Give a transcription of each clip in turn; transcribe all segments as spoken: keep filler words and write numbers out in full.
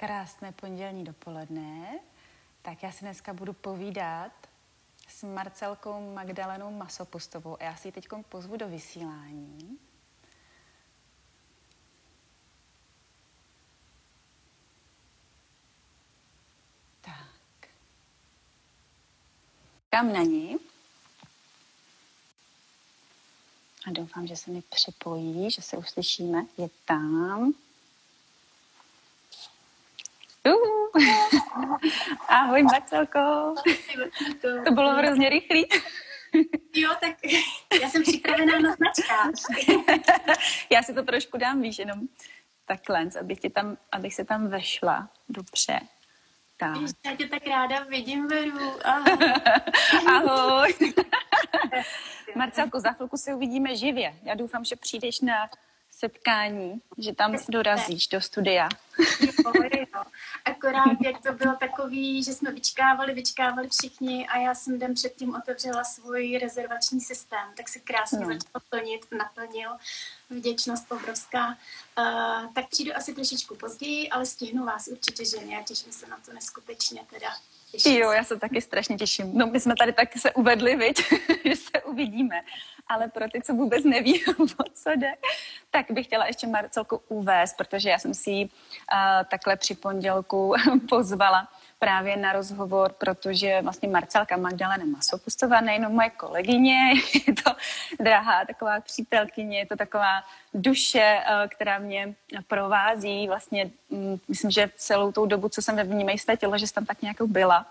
Krásné pondělní dopoledne. Tak já si dneska budu povídat s Marcelkou Magdalenou Masopustovou a já si ji teď pozvu do vysílání. Tak. Kam na ní? A doufám, že se mi připojí, že se uslyšíme. Je tam. Uh. Ahoj, Marcelko. To bylo hrozně rychlý. Jo, tak já jsem připravená na značkář. Já si to trošku dám, víš, jenom takhle, abych, tě tam, abych se tam vešla. Dobře. Tak. Víš, já tě tak ráda vidím, Veru. Ahoj. Ahoj. Marcelko, za chvilku se uvidíme živě. Já doufám, že přijdeš na setkání, že tam dorazíš do studia. Jo, jo. Akorát, jak to bylo takový, že jsme vyčkávali, vyčkávali všichni a já jsem den předtím otevřela svůj rezervační systém, tak se krásně no. začal plnit, naplnil, vděčnost obrovská. Uh, tak přijdu asi trošičku později, ale stihnu vás určitě, že já těším se na to neskutečně teda. Jo, já se taky strašně těším. No, my jsme tady taky se uvedli, viď? Že se uvidíme. Ale pro ty, co vůbec neví, o co jde, tak bych chtěla ještě Marcelku uvést, protože já jsem si ji uh, takhle při pondělku pozvala právě na rozhovor, protože vlastně Marcelka Magdalena Masopustová, nejenom moje kolegyně, je to drahá taková přítelkyně, je to taková duše, která mě provází vlastně, myslím, že celou tou dobu, co jsem ve Vnímej své tělo, že jsem tam tak nějak byla.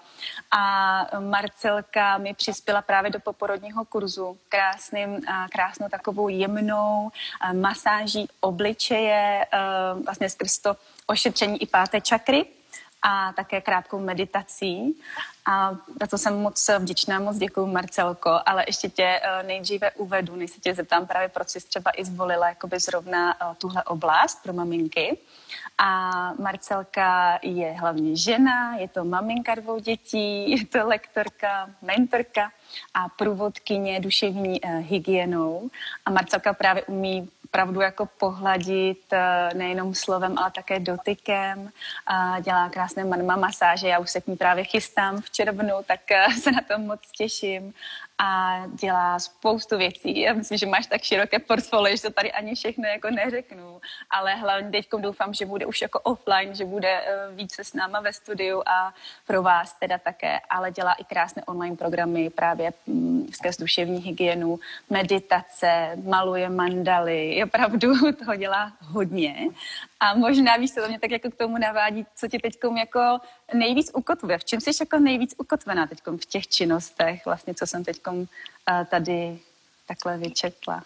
A Marcelka mi přispěla právě do poporodního kurzu krásným, krásnou takovou jemnou masáží obličeje, vlastně skrz to ošetření i páté čakry, a také krátkou meditací. A za to jsem moc vděčná, moc děkuju, Marcelko, ale ještě tě nejdříve uvedu, než se tě zeptám právě, proč jsi třeba i zvolila jakoby zrovna tuhle oblast pro maminky. A Marcelka je hlavně žena, je to maminka dvou dětí, je to lektorka, mentorka a průvodkyně duševní hygienou. A Marcelka právě umí opravdu jako pohladit nejenom slovem, ale také dotykem. A dělá krásné manma masáže, já už se k ní právě chystám v červnu, tak se na to moc těším. A dělá spoustu věcí. Já myslím, že máš tak široké portfolio, že to tady ani všechno jako neřeknu. Ale hlavně teďkom doufám, že bude už jako offline, že bude více s náma ve studiu a pro vás teda také. Ale dělá i krásné online programy právě skrz duševní hygienu, meditace, maluje mandaly. Je opravdu toho dělá hodně. A možná, víš, to mě tak jako k tomu navádí, co ti teďkom jako nejvíc ukotvuje. V čem jsi jako nejvíc ukotvená teďkom v těch činnostech, vlastně, co jsem teďkom uh, tady takhle vyčetla?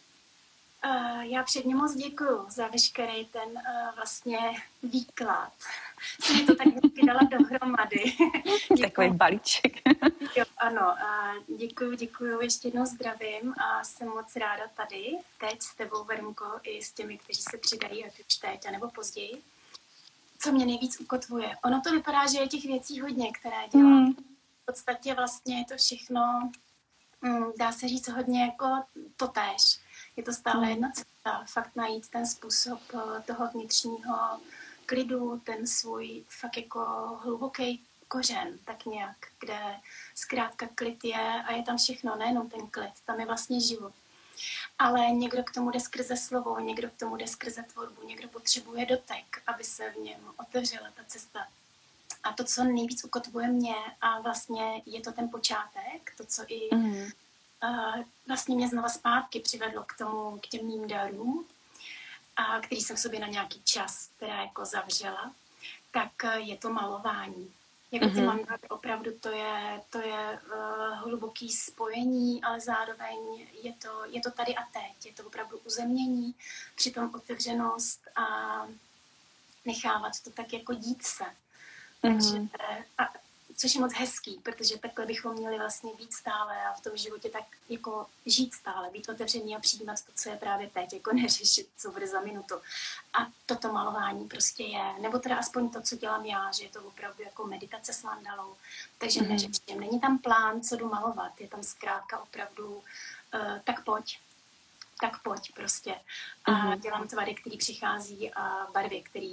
Uh, já předně moc děkuju za veškerý ten uh, vlastně výklad. Jsem to tak vždycky dala dohromady. Takový balíček. Jo, ano, uh, děkuju, děkuju, ještě jednou zdravím a jsem moc ráda tady, teď s tebou, Verunko, i s těmi, kteří se přidají, ať už teď, anebo později. Co mě nejvíc ukotvuje? Ono to vypadá, že je těch věcí hodně, které dělám. Hmm. V podstatě vlastně je to všechno, mm, dá se říct, hodně jako totéž. Je to stále jedna cesta, fakt najít ten způsob toho vnitřního klidu, ten svůj fakt jako hluboký kořen, tak nějak, kde zkrátka klid je a je tam všechno, nejenom ten klid, tam je vlastně život. Ale někdo k tomu jde skrze slovo, někdo k tomu jde skrze tvorbu, někdo potřebuje dotek, aby se v něm otevřela ta cesta. A to, co nejvíc ukotvuje mě, a vlastně je to ten počátek, to, co i mm. uh, vlastně mě znova zpátky přivedlo k tomu, k těm mým darům, a který jsem v sobě na nějaký čas teda jako zavřela, tak je to malování. Jako ty mm-hmm. mandaly, opravdu to je, to je uh, hluboký spojení, ale zároveň je to, je to tady a teď. Je to opravdu uzemnění, přitom otevřenost a nechávat to tak jako dít se. Mm-hmm. Takže, a, což je moc hezký, protože takhle bychom měli vlastně být stále a v tom životě tak jako žít stále, být otevřený a přijímat to, co je právě teď, jako neřešit, co bude za minutu. A toto malování prostě je, nebo teda aspoň to, co dělám já, že je to opravdu jako meditace s mandalou, takže mm. neřeším. Není tam plán, co jdu malovat, je tam zkrátka opravdu, uh, tak pojď, tak pojď prostě. A mm. dělám tvary, který přichází a barvy, který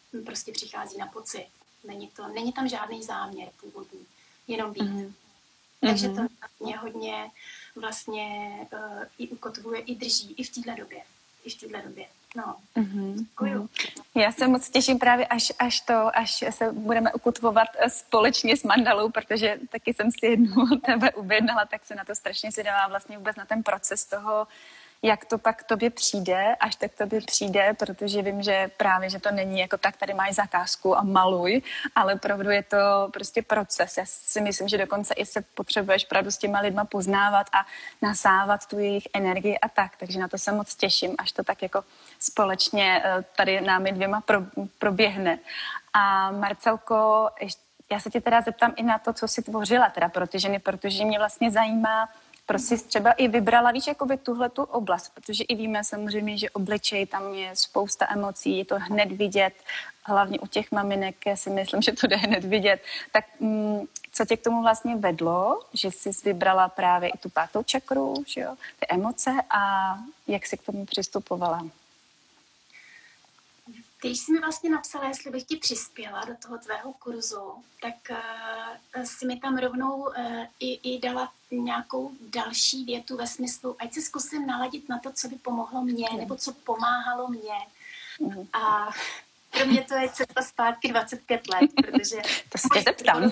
prostě přichází na pocit. Není, to, není tam žádný záměr původní, jenom být. Mm-hmm. Takže to mě hodně vlastně uh, i ukotvuje, i drží, i v této době. I v této době. No, mm-hmm. Já se moc těším právě, až, až to, až se budeme ukotvovat společně s mandalou, protože taky jsem si jednu od tebe objednala, tak se na to strašně zvědavá vlastně vůbec na ten proces toho, jak to pak tobě přijde, až tak tobě přijde, protože vím, že právě, že to není jako tak, tady máš zakázku a maluj, ale opravdu je to prostě proces. Já si myslím, že dokonce i se potřebuješ opravdu s těma lidma poznávat a nasávat tu jejich energii a tak, takže na to se moc těším, až to tak jako společně tady námi dvěma proběhne. A Marcelko, já se tě teda zeptám i na to, co jsi tvořila teda pro ty ženy, protože mě vlastně zajímá, proč jsi třeba i vybrala, víš, jakoby tuhletu oblast, protože i víme samozřejmě, že obličej, tam je spousta emocí, je to hned vidět, hlavně u těch maminek, já si myslím, že to jde hned vidět. Tak mm, co tě k tomu vlastně vedlo, že jsi vybrala právě i tu pátou čakru, že jo, ty emoce a jak jsi k tomu přistupovala? Když jsi mi vlastně napsala, jestli bych ti přispěla do toho tvého kurzu, tak uh, si mi tam rovnou uh, i, i dala nějakou další větu ve smyslu, ať se zkusím naladit na to, co by pomohlo mně, nebo co pomáhalo mně. Mm. A pro mě to je cesta zpátky dvacet pět let, protože... To se tě zeptám.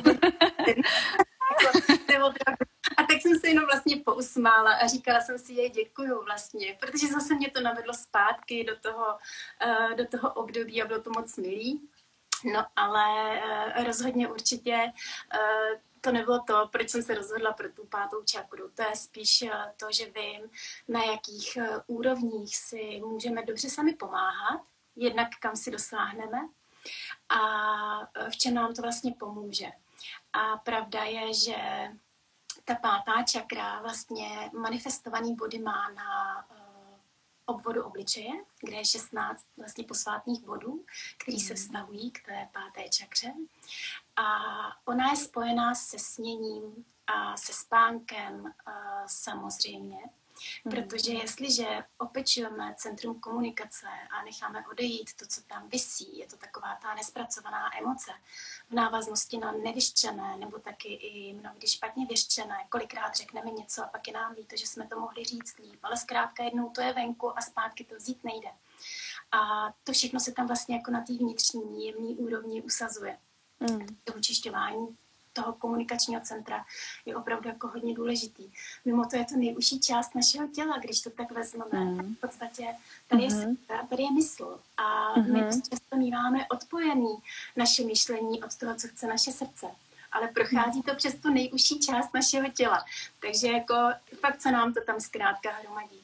A tak jsem se jenom vlastně pousmála a říkala jsem si jej děkuju vlastně, protože zase mě to navedlo zpátky do toho, uh, do toho období a bylo to moc milý. No ale uh, rozhodně určitě uh, to nebylo to, proč jsem se rozhodla pro tu pátou čakru. To je spíš uh, to, že vím, na jakých uh, úrovních si můžeme dobře sami pomáhat, jednak kam si dosáhneme a uh, v čem nám to vlastně pomůže. A pravda je, že ta pátá čakra vlastně manifestovaný body má na uh, obvodu obličeje, kde je šestnáct vlastně posvátných bodů, který se vztahují k té páté čakře. A ona je spojená se sněním a se spánkem uh, samozřejmě. Protože jestliže opečujeme centrum komunikace a necháme odejít to, co tam visí, je to taková ta nespracovaná emoce v návaznosti na nevyřčené nebo taky i mnohdy špatně vyřčené. Kolikrát řekneme něco a pak je nám líto, že jsme to mohli říct líp, ale zkrátka jednou to je venku a zpátky to vzít nejde. A to všechno se tam vlastně jako na té vnitřní jemné úrovni usazuje. Mm. To učišťování toho komunikačního centra je opravdu jako hodně důležitý. Mimo to je to nejužší část našeho těla, když to tak vezmeme. Mm. Tak v podstatě tady je mm-hmm. srdce, tady je mysl. A mm-hmm. my často míváme odpojený naše myšlení od toho, co chce naše srdce. Ale prochází to přes tu nejužší část našeho těla. Takže jako fakt se nám to tam zkrátka hromadí.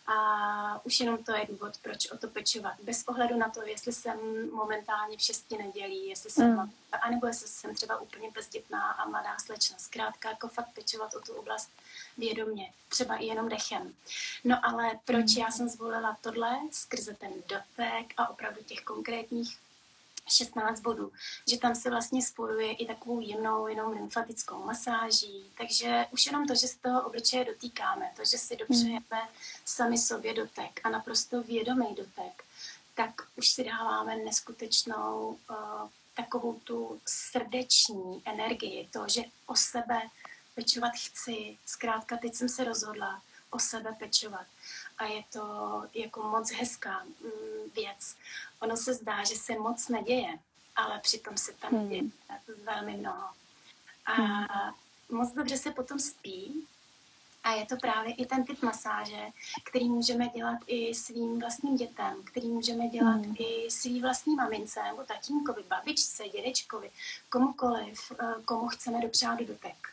A už jenom to je důvod, proč o to pečovat. Bez ohledu na to, jestli jsem momentálně v šesti nedělí, jestli jsem mm. anebo jestli jsem třeba úplně bezdětná a mladá slečna. Zkrátka jako fakt pečovat o tu oblast vědomě, třeba i jenom dechem. No ale proč mm. já jsem zvolila tohle skrze ten dotek a opravdu těch konkrétních šestnáct bodů, že tam se vlastně spojuje i takovou jemnou, jenom lymfatickou masáží, takže už jenom to, že se toho obličeje dotýkáme, to, že si dopřejeme sami sobě dotek a naprosto vědomý dotek, tak už si dáváme neskutečnou uh, takovou tu srdeční energii, to, že o sebe pečovat chci, zkrátka teď jsem se rozhodla o sebe pečovat. A je to jako moc hezká mm, věc. Ono se zdá, že se moc neděje, ale přitom se tam hmm. děje velmi mnoho. A hmm. moc dobře se potom spí a je to právě i ten typ masáže, který můžeme dělat i svým vlastním dětem, který můžeme dělat hmm. i svý vlastní mamince nebo tatínkovi, babičce, dědečkovi, komukoliv, komu chceme dopřát dotek.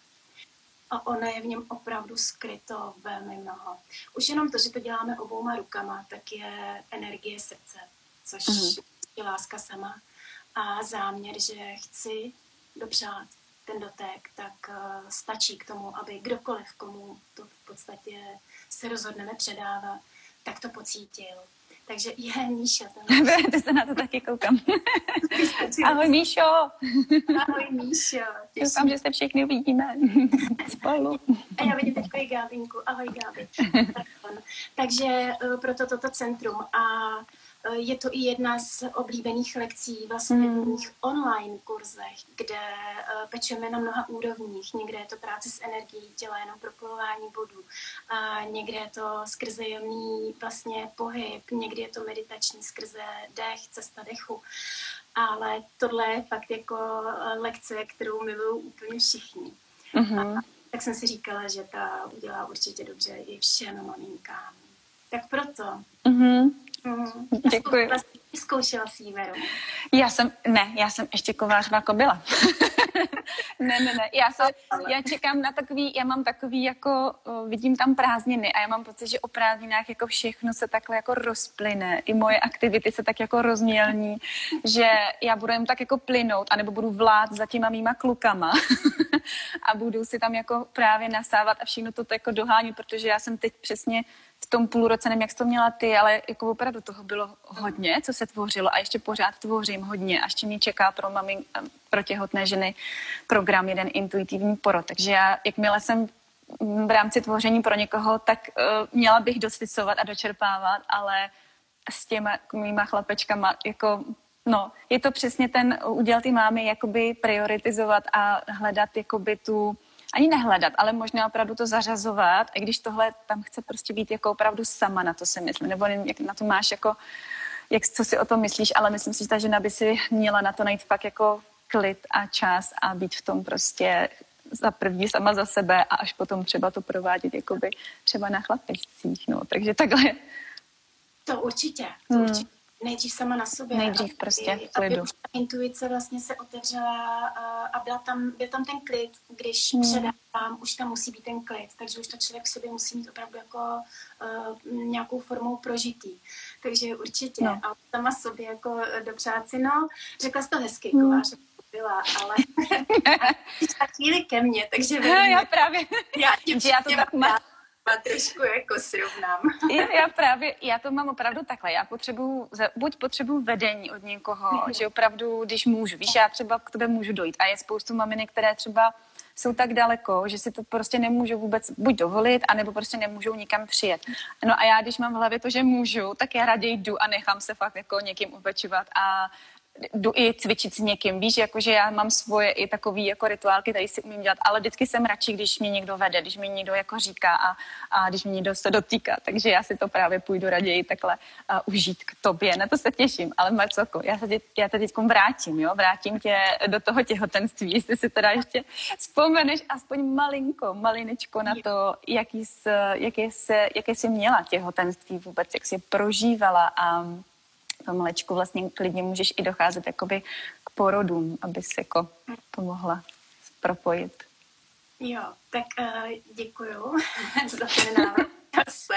A ono je v něm opravdu skryto velmi mnoho. Už jenom to, že to děláme obouma rukama, tak je energie srdce, což mm-hmm. je láska sama. A záměr, že chci dopřát ten dotek, tak uh, stačí k tomu, aby kdokoliv, komu to v podstatě se rozhodneme předávat, tak to pocítil. Takže je Míša. Ty se na to taky koukám. Ahoj Míšo. Ahoj Míšo. Doufám, že se všichni uvidíme spolu. A já vidím teďko i Gábinku. Ahoj Gábi. Takže uh, proto toto centrum. A je to i jedna z oblíbených lekcí vlastně mm. v mých online kurzech, kde pečeme na mnoha úrovních. Někde je to práce s energií těla, jenom propojování bodů. A někde je to skrze jemný vlastně pohyb, někdy je to meditační skrze dech, cesta dechu. Ale tohle je fakt jako lekce, kterou milují úplně všichni. Mm-hmm. A tak jsem si říkala, že ta udělá určitě dobře i všem maminkám. Tak proto. Mm-hmm. Mm. Děkuji. Zkoušela jsi jí, Veru? Já jsem, ne, já jsem ještě kovářová kobila. ne, ne, ne, já, se, já čekám na takový, já mám takový jako, vidím tam prázdniny a já mám pocit, že o prázdninách jako všechno se takhle jako rozplyne, i moje aktivity se tak jako rozmělní, že já budu jen tak jako plynout, anebo budu vlát za těma mýma klukama a budu si tam jako právě nasávat a všechno to jako dohánit, protože já jsem teď přesně v tom půl roce, nevím, jak jsi to měla ty, ale jako opravdu toho bylo hodně, co se tvořilo a ještě pořád tvořím hodně a ještě mě čeká pro mami, pro těhotné ženy program jeden intuitivní porod. Takže já, jakmile jsem v rámci tvoření pro někoho, tak uh, měla bych docvicovat a dočerpávat, ale s těma mýma chlapečkama, jako, no, je to přesně ten úděl ty mámy, jakoby prioritizovat a hledat, jakoby tu ani nehledat, ale možná opravdu to zařazovat, i když tohle tam chce prostě být jako opravdu sama, na to si myslím, nebo nevím, jak na to máš jako, jak, co si o tom myslíš, ale myslím si, že ta žena by si měla na to najít fakt jako klid a čas a být v tom prostě za první sama za sebe a až potom třeba to provádět jakoby třeba na chlapečcích, no, takže takhle. To určitě, to hmm. určitě. Nejdřív sama na sobě. Nejdřív prostě aby, aby už ta intuice vlastně se otevřela a byla tam, byl tam ten klid, když hmm. předávám, už tam musí být ten klid, takže už to člověk v sobě musí mít opravdu jako uh, nějakou formou prožitý. Takže určitě. No. A sama sobě jako dopřát si, no, řekla jsi to hezky, hmm. kovář byla, ale ta chvíli ke mně, takže no, já právě, já, tě, já to tak mám. Trošku jako srovnám. Já, já právě, já to mám opravdu takhle, já potřebuju, buď potřebuju vedení od někoho, mm-hmm. že opravdu, když můžu, víš, já třeba k tebe můžu dojít a je spoustu maminek, které třeba jsou tak daleko, že si to prostě nemůžou vůbec buď dovolit, anebo prostě nemůžou nikam přijet. No a já, když mám v hlavě to, že můžu, tak já raději jdu a nechám se fakt jako někým upečovat a jdu i cvičit s někým, víš, jakože já mám svoje i takový jako rituálky, tady si umím dělat, ale vždycky jsem radši, když mě někdo vede, když mi někdo jako říká a, a když mi někdo se dotýká, takže já si to právě půjdu raději takhle uh, užít k tobě, na to se těším, ale Marcelko, já se tě, já te teďkom vrátím, jo, vrátím tě do toho těhotenství, jestli si teda ještě vzpomeneš aspoň malinko, malinečko na to, jaký jsi, jaké jsi, jaké jsi měla těhotenství vůbec, jak jsi prožívala a pomalečku vlastně klidně můžeš i docházet jakoby k porodům, aby si jako pomohla propojit. Jo, tak uh, děkuju za ten návrh se.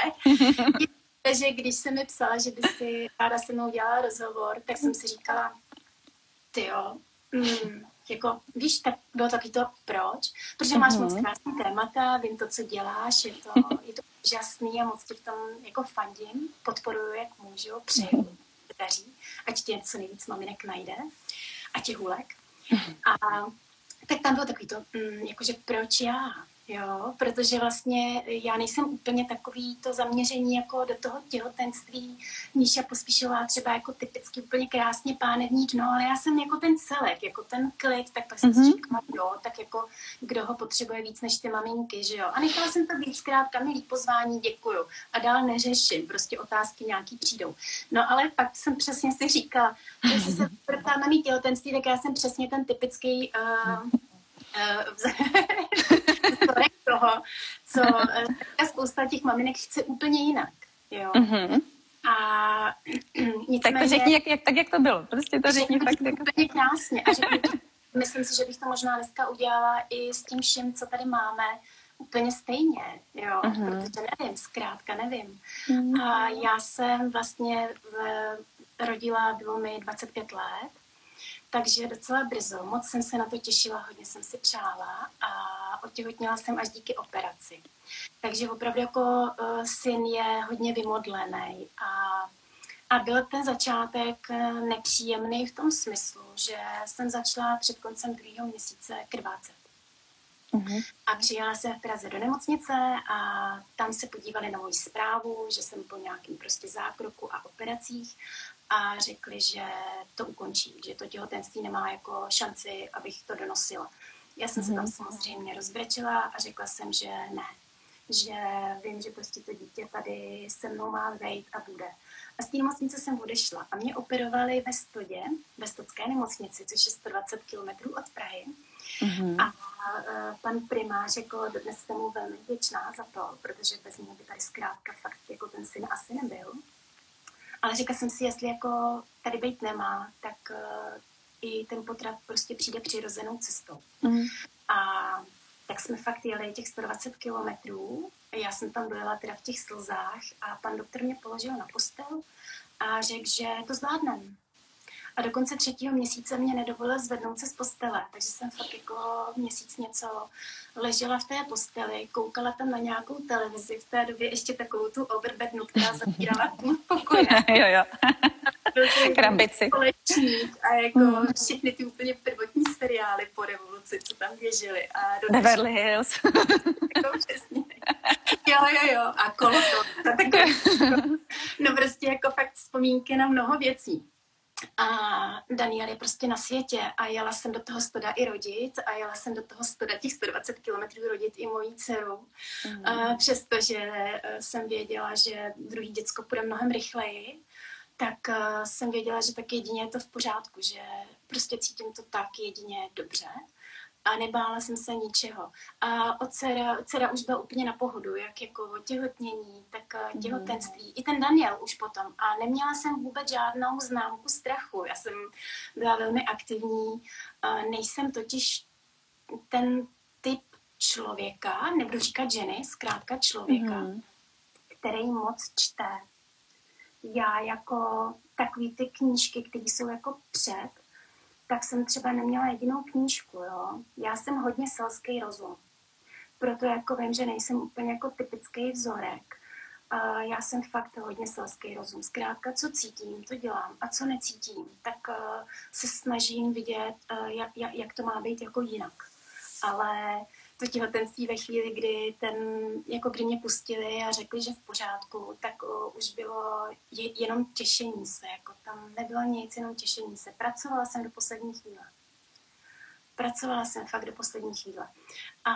Takže když jsem mi psala, že by si ráda se mnou dělala rozhovor, tak jsem si říkala, tyjo, mm, jako víš, tak bylo taky to proč, protože máš moc krásný témata, vím to, co děláš, je to, je to úžasný a moc tě v tom jako fandím, podporuju, jak můžu, přeju. Daří, ať tě co nejvíc maminek najde a těch hulek. A tak tam bylo takový to, mm, jakože proč já, jo, protože vlastně já nejsem úplně takový to zaměření jako do toho těhotenství, Míša Pospíšilová třeba jako typicky úplně krásně pánevní dno, ale já jsem jako ten celek, jako ten klid, tak pak jsem mm-hmm. si říkala, jo, tak jako kdo ho potřebuje víc než ty maminky, že jo. A nechala jsem to být zkrátka, milý pozvání, děkuju. A dál neřeším, prostě otázky nějaký přijdou. No ale pak jsem přesně si říkala, když se vrtá na mý těhotenství, tak já jsem přesně ten typický uh, vzorek toho, co spousta těch maminek chce úplně jinak, jo. Mm-hmm. A nicméně... Tak to řekni, jak, jak, tak jak to bylo. Prostě to řekni fakt. Jako... Úplně krásně. A řekni, myslím si, že bych to možná dneska udělala i s tím všem, co tady máme, úplně stejně, jo. Mm-hmm. Protože nevím, zkrátka nevím. Mm-hmm. A já jsem vlastně v, rodila, bylo mi dvacet pět let, takže docela brzo, moc jsem se na to těšila, hodně jsem si přála a otěhotněla jsem až díky operaci. Takže opravdu jako uh, syn je hodně vymodlený a, a byl ten začátek nepříjemný v tom smyslu, že jsem začala před koncem druhého měsíce krvácet. Uh-huh. A přijela jsem v Praze do nemocnice a tam se podívali na moji zprávu, že jsem po nějakém prostě zákroku a operacích a řekli, že to ukončí, že to těhotenství nemá jako šanci, abych to donosila. Já jsem se tam samozřejmě rozbrečela a řekla jsem, že ne. Že vím, že prostě to dítě tady se mnou má vejít a bude. A z té nemocnice jsem odešla a mě operovali ve Stodě, ve Stodské nemocnici, což je sto dvacet kilometrů od Prahy. Mm-hmm. A pan primář, jako dodnes jsem mu velmi vděčná za to, protože bez něj by tady zkrátka fakt jako ten syn asi nebyl. Ale říkala jsem si, jestli jako tady být nemá, tak uh, i ten potrat prostě přijde přirozenou cestou. Mm. A tak jsme fakt jeli těch sto dvacet kilometrů. Já jsem tam dojela teda v těch slzách a pan doktor mě položil na postel a řekl, že to zvládnem. A do konce třetího měsíce mě nedovolil zvednout se z postele, takže jsem fakt jako měsíc něco ležela v té posteli, koukala tam na nějakou televizi, v té době ještě takovou tu overbednu, která zavírala pokoje. Jo, jo. Krabici. Společník a jako mm. všechny ty úplně prvotní seriály po revoluci, co tam běžely. A Beverly Hills. Jako přesně. Jo, jo, jo. A kolo to. No prostě jako fakt vzpomínky na mnoho věcí. A Daniel je prostě na světě a jela jsem do toho Stoda i rodit a jela jsem do toho Stoda těch sto dvacet kilometrů rodit i mojí dceru. Mm. A přestože jsem věděla, že druhý děcko půjde mnohem rychleji, tak jsem věděla, že tak jedině je to v pořádku, že prostě cítím to tak jedině dobře. A nebála jsem se ničeho. A od dcera, dcera už byla úplně na pohodu, jak jako těhotnění, tak těhotenství. Mm. I ten Daniel už potom. A neměla jsem vůbec žádnou známku strachu. Já jsem byla velmi aktivní. Nejsem totiž ten typ člověka, nebudu říkat ženy, zkrátka člověka, mm. který moc čte. Já jako takový ty knížky, které jsou jako před, tak jsem třeba neměla jedinou knížku, jo. Já jsem hodně selský rozum. Proto jako vím, že nejsem úplně jako typický vzorek. Uh, já jsem fakt hodně selský rozum. Zkrátka, co cítím, to dělám. A co necítím, tak uh, se snažím vidět, uh, jak, jak, jak to má být jako jinak. Ale to těhotenství ve chvíli, kdy, ten, jako kdy mě pustili a řekli, že v pořádku, tak uh, už bylo je, jenom těšení se. Jako tam nebylo nic, jenom těšení se. Pracovala jsem do poslední chvíle. Pracovala jsem fakt do poslední chvíle. A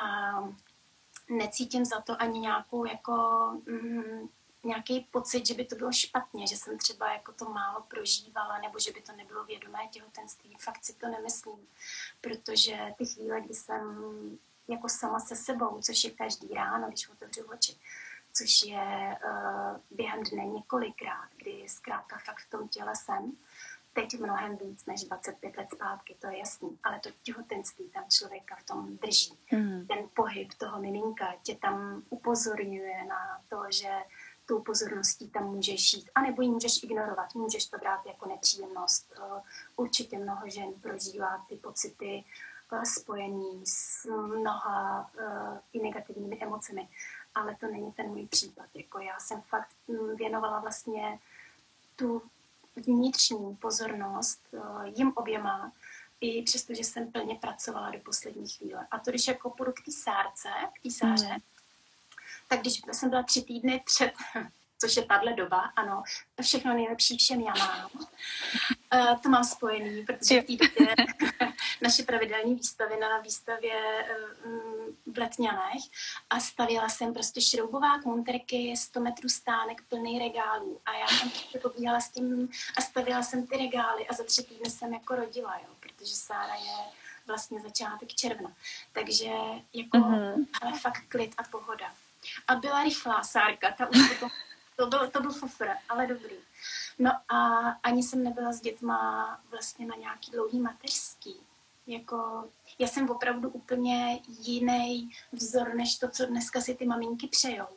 necítím za to ani nějakou jako, mm, nějaký pocit, že by to bylo špatně, že jsem třeba jako to málo prožívala, nebo že by to nebylo vědomé těhotenství. Fakt si to nemyslím, protože ty chvíle, kdy jsem jako sama se sebou, což je každý ráno, když otevřu oči, což je uh, během dne několikrát, kdy zkrátka fakt v tom těle jsem, teď mnohem víc než dvacet pět let zpátky, to je jasný, ale to těhotenství tam člověka v tom drží. Mm. Ten pohyb toho miminka tě tam upozorňuje na to, že tou pozorností tam můžeš jít, anebo ji můžeš ignorovat, můžeš to brát jako nepříjemnost. Určitě mnoho žen prožívá ty pocity spojený s mnoha uh, i negativními emocemi, ale to není ten můj případ. Jako já jsem fakt věnovala vlastně tu vnitřní pozornost uh, jim oběma, i přesto, že jsem plně pracovala do poslední chvíle. A to, když jako půjdu k té sárce, k té sáře, mm. tak když jsem byla tři týdny před, což je tahle doba, ano, všechno nejlepší všem já mám. Uh, to mám spojený, protože v té době naše pravidelní výstavy na výstavě um, v Letňanech a stavěla jsem prostě šroubovák, monterky, sto metrů stánek plný regálů a já tam pobíhala s tím a stavěla jsem ty regály a za tři týdny jsem jako rodila, jo, protože Sára je vlastně začátek června. Takže jako mm-hmm. ale fakt klid a pohoda. A byla rychlá Sárka, ta už potom, to byl, to byl fufr, ale dobrý. No a ani jsem nebyla s dětma vlastně na nějaký dlouhý mateřský. Jako, já jsem opravdu úplně jiný vzor, než to, co dneska si ty maminky přejou.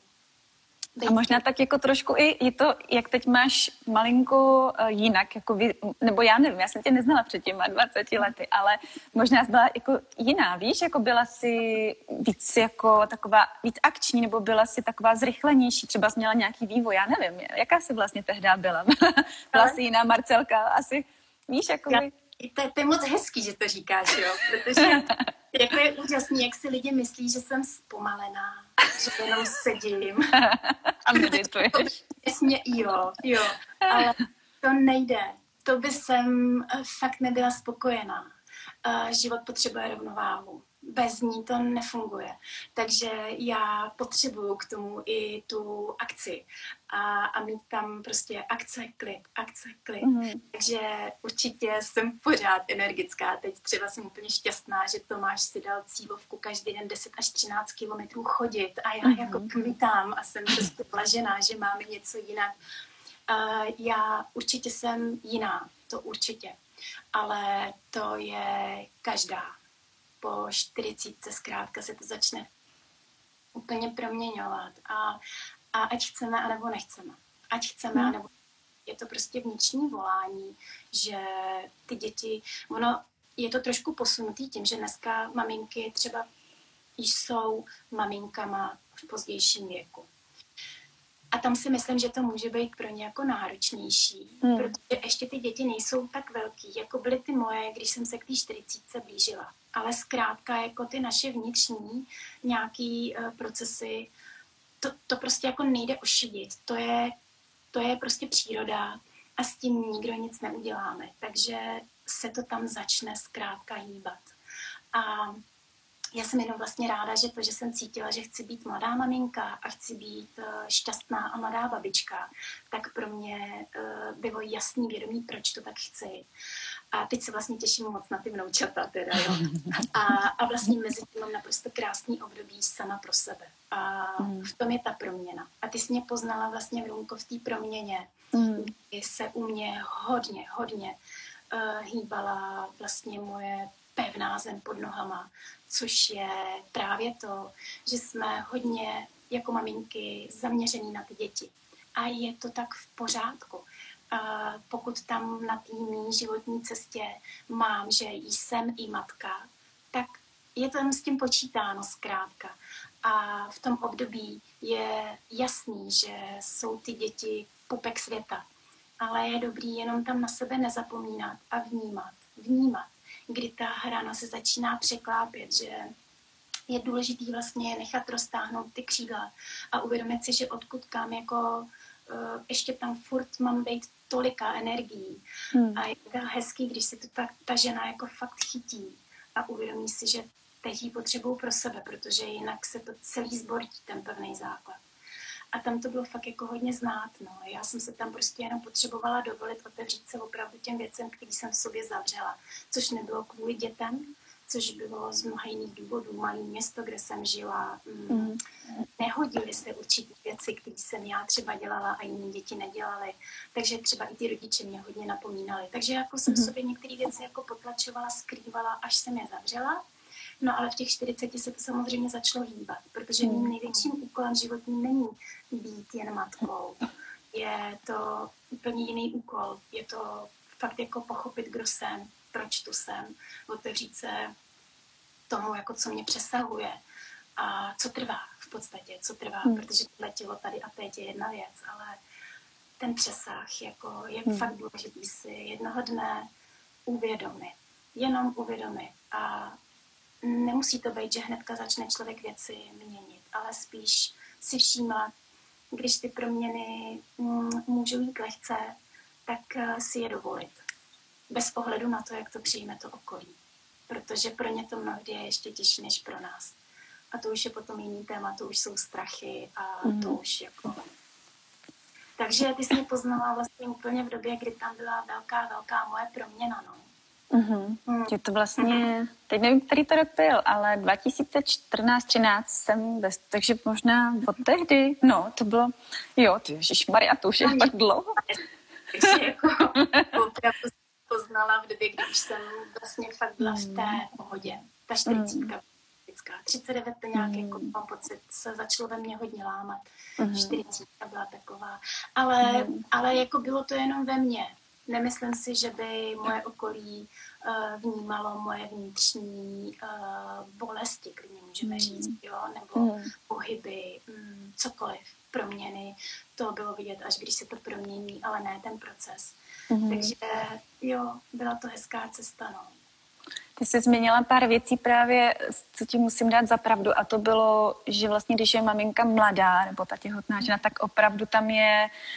A možná tak jako trošku i je to, jak teď máš malinko jinak, jako vy, nebo já nevím, já jsem tě neznala před těma dvaceti lety, ale možná jsi byla jako jiná, víš, jako byla jsi víc jako taková, víc akční, nebo byla jsi taková zrychlenější, třeba jsi měla nějaký vývoj, já nevím, jaká jsi vlastně tehdy byla? Byla jsi jiná Marcelka, asi, víš, jako by... To, to je moc hezký, že to říkáš, jo, protože jako je úžasný, jak si lidi myslí, že jsem zpomalená, že jenom sedím. A medituješ. Jasně, jo, jo, ale To nejde. To by jsem fakt nebyla spokojená. Život potřebuje rovnováhu. Bez ní to nefunguje. Takže já potřebuju k tomu i tu akci a, a mít tam prostě akce, klid, akce, klid. Mm. Takže určitě jsem pořád energická. Teď třeba jsem úplně šťastná, že Tomáš si dal cílovku každý den deset až třináct kilometrů chodit a já mm. jako kmitám a jsem prostě blažená, že máme něco jinak. Uh, já určitě jsem jiná, to určitě. Ale to je každá. Po čtyřicítce zkrátka se to začne úplně proměňovat. A, a ať chceme, anebo nechceme. Ať chceme, hmm. anebo je to prostě vnitřní volání, že ty děti, ono je to trošku posunutý tím, že dneska maminky třeba jsou maminkama v pozdějším věku. A tam si myslím, že to může být pro ně jako náročnější, hmm. protože ještě ty děti nejsou tak velký, jako byly ty moje, když jsem se k té čtyřicítce blížila. Ale zkrátka jako ty naše vnitřní nějaký uh, procesy, to, to prostě jako nejde ošidit. To je, to je prostě příroda a s tím nikdo nic neuděláme. Takže se to tam začne zkrátka hýbat. A já jsem jenom vlastně ráda, že to, že jsem cítila, že chci být mladá maminka a chci být uh, šťastná a mladá babička, tak pro mě uh, bylo jasný vědomí, proč to tak chci. A teď se vlastně těším moc na ty vnoučata teda, jo. A, a vlastně mezi tím mám naprosto krásný období sama pro sebe. A v tom je ta proměna. A ty jsi mě poznala vlastně, Vrunko, v té proměně, mm. kdy se u mě hodně, hodně uh, hýbala vlastně moje pevná zem pod nohama, což je právě to, že jsme hodně jako maminky zaměřený na ty děti. A je to tak v pořádku. A pokud tam na té mý životní cestě mám, že jsem i matka, tak je to s tím počítáno zkrátka. A v tom období je jasný, že jsou ty děti pupek světa. Ale je dobrý jenom tam na sebe nezapomínat a vnímat. Vnímat. Kdy ta hrana se začíná překlápět, že je důležitý vlastně nechat roztáhnout ty křídla a uvědomit si, že odkud kam jako uh, ještě tam furt mám být tolika energií. Hmm. A je to hezký, když si to ta, ta žena jako fakt chytí a uvědomí si, že teď ji potřebuju pro sebe, protože jinak se to celý zbortí, ten pevný základ. A tam to bylo fakt jako hodně znát. No. Já jsem se tam prostě jenom potřebovala dovolit otevřít se opravdu těm věcem, který jsem v sobě zavřela. Což nebylo kvůli dětem, což bylo z mnoha jiných důvodů. Malé město, kde jsem žila, mm, nehodily se určitě věci, které jsem já třeba dělala a jiní děti nedělaly. Takže třeba i ty rodiče mě hodně napomínali. Takže jako jsem v sobě některé věci jako potlačovala, skrývala, až jsem je zavřela. No ale v těch čtyřiceti se to samozřejmě začalo hýbat, protože mým největším úkolem životním není být jen matkou. Je to úplně jiný úkol. Je to fakt jako pochopit, kdo jsem, proč tu jsem, otevřít se tomu, jako co mě přesahuje a co trvá v podstatě, co trvá, hmm. protože tohle tělo tady a teď je jedna věc, ale ten přesah jako je hmm. fakt důležitý si jednoho dne uvědomit. Jenom uvědomit a nemusí to být, že hnedka začne člověk věci měnit, ale spíš si všímat, když ty proměny můžou jít lehce, tak si je dovolit. Bez ohledu na to, jak to přijme to okolí. Protože pro ně to mnohdy je ještě těžší než pro nás. A to už je potom jiný téma, to už jsou strachy a mm. to už jako... Takže ty jsi mě poznala vlastně úplně v době, kdy tam byla velká, velká moje proměna, no. Mm-hmm. Mm. Je to vlastně, teď nevím, který to rok byl, ale dva tisíce čtrnáct třináct jsem bez, takže možná od tehdy, no, to bylo, jo, ty ježišmarja, to už je fakt dlouho. Takže jako opravdu poznala v době, když jsem vlastně fakt byla v té pohodě. Ta čtyřicítka, mm. třicet devět to nějak, mm. jako mám pocit, se začalo ve mně hodně lámat. Mm. čtyřicítka byla taková. Ale, mm. ale jako bylo to jenom ve mně. Nemyslím si, že by moje okolí uh, vnímalo moje vnitřní uh, bolesti, klidně můžeme mm. říct, jo, nebo mm. pohyby, mm, cokoliv, proměny. To bylo vidět, až když se to promění, ale ne ten proces. Mm. Takže jo, byla to hezká cesta, no. Ty jsi změnila pár věcí právě, co ti musím dát za pravdu, a to bylo, že vlastně, když je maminka mladá, nebo ta těhotná žena, tak opravdu tam je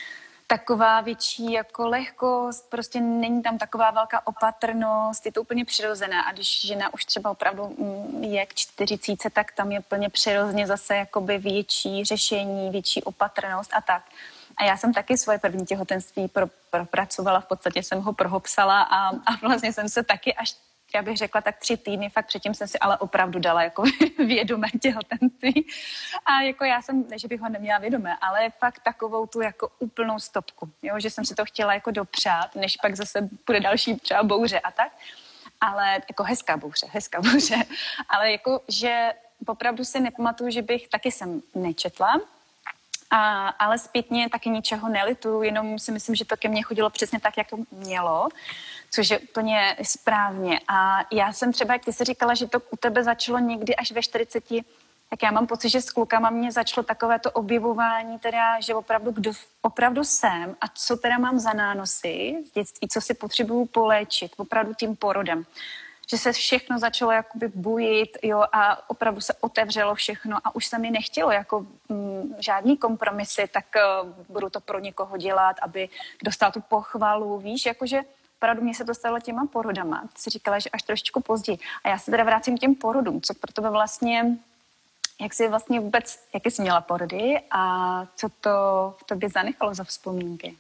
taková větší jako lehkost, prostě není tam taková velká opatrnost, je to úplně přirozené. A když žena už třeba opravdu je k čtyřicítce, tak tam je plně přirozeně zase jakoby větší řešení, větší opatrnost a tak. A já jsem taky svoje první těhotenství pro, propracovala, v podstatě jsem ho prohopsala a, a vlastně jsem se taky až, já bych řekla, tak tři týdny, fakt předtím jsem si ale opravdu dala jako vědomé těhotenství. A jako já jsem, ne, že bych ho neměla vědomé, ale fakt takovou tu jako úplnou stopku, jo, že jsem si to chtěla jako dopřát, než pak zase bude další třeba bouře a tak. Ale jako hezká bouře, hezká bouře. Ale jako, že opravdu si nepamatuju, že bych, taky jsem nečetla, A, ale zpětně taky ničeho nelituju, jenom si myslím, že to ke mně chodilo přesně tak, jak to mělo, což je úplně správně. A já jsem třeba, jak ty jsi říkala, že to u tebe začalo někdy až ve čtyřiceti, tak já mám pocit, že s klukama mě začalo takové to objevování, teda, že opravdu kdo opravdu jsem a co teda mám za nánosy z dětství, co si potřebuju poléčit, opravdu tím porodem. Že se všechno začalo jakoby bujit, jo, a opravdu se otevřelo všechno a už se mi nechtělo jako mm, žádný kompromisy, tak uh, budu to pro někoho dělat, aby dostal tu pochvalu, víš, jakože opravdu mě se to stalo těma porodama. Ty jsi říkala, že až trošičku později. A já se teda vrátím k těm porodům, co pro tebe vlastně, jak jsi vlastně vůbec, jaké jsi měla porody a co to v tobě zanechalo za vzpomínky?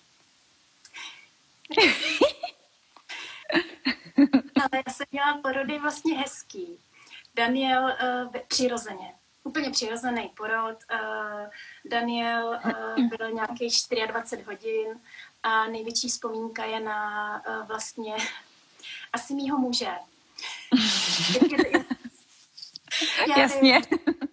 Ale já jsem měla porody vlastně hezký. Daniel uh, přirozeně. Úplně přirozený porod. Uh, Daniel uh, byl nějakých dvacet čtyři hodin a největší vzpomínka je na uh, vlastně asi mýho muže. Já Jasně.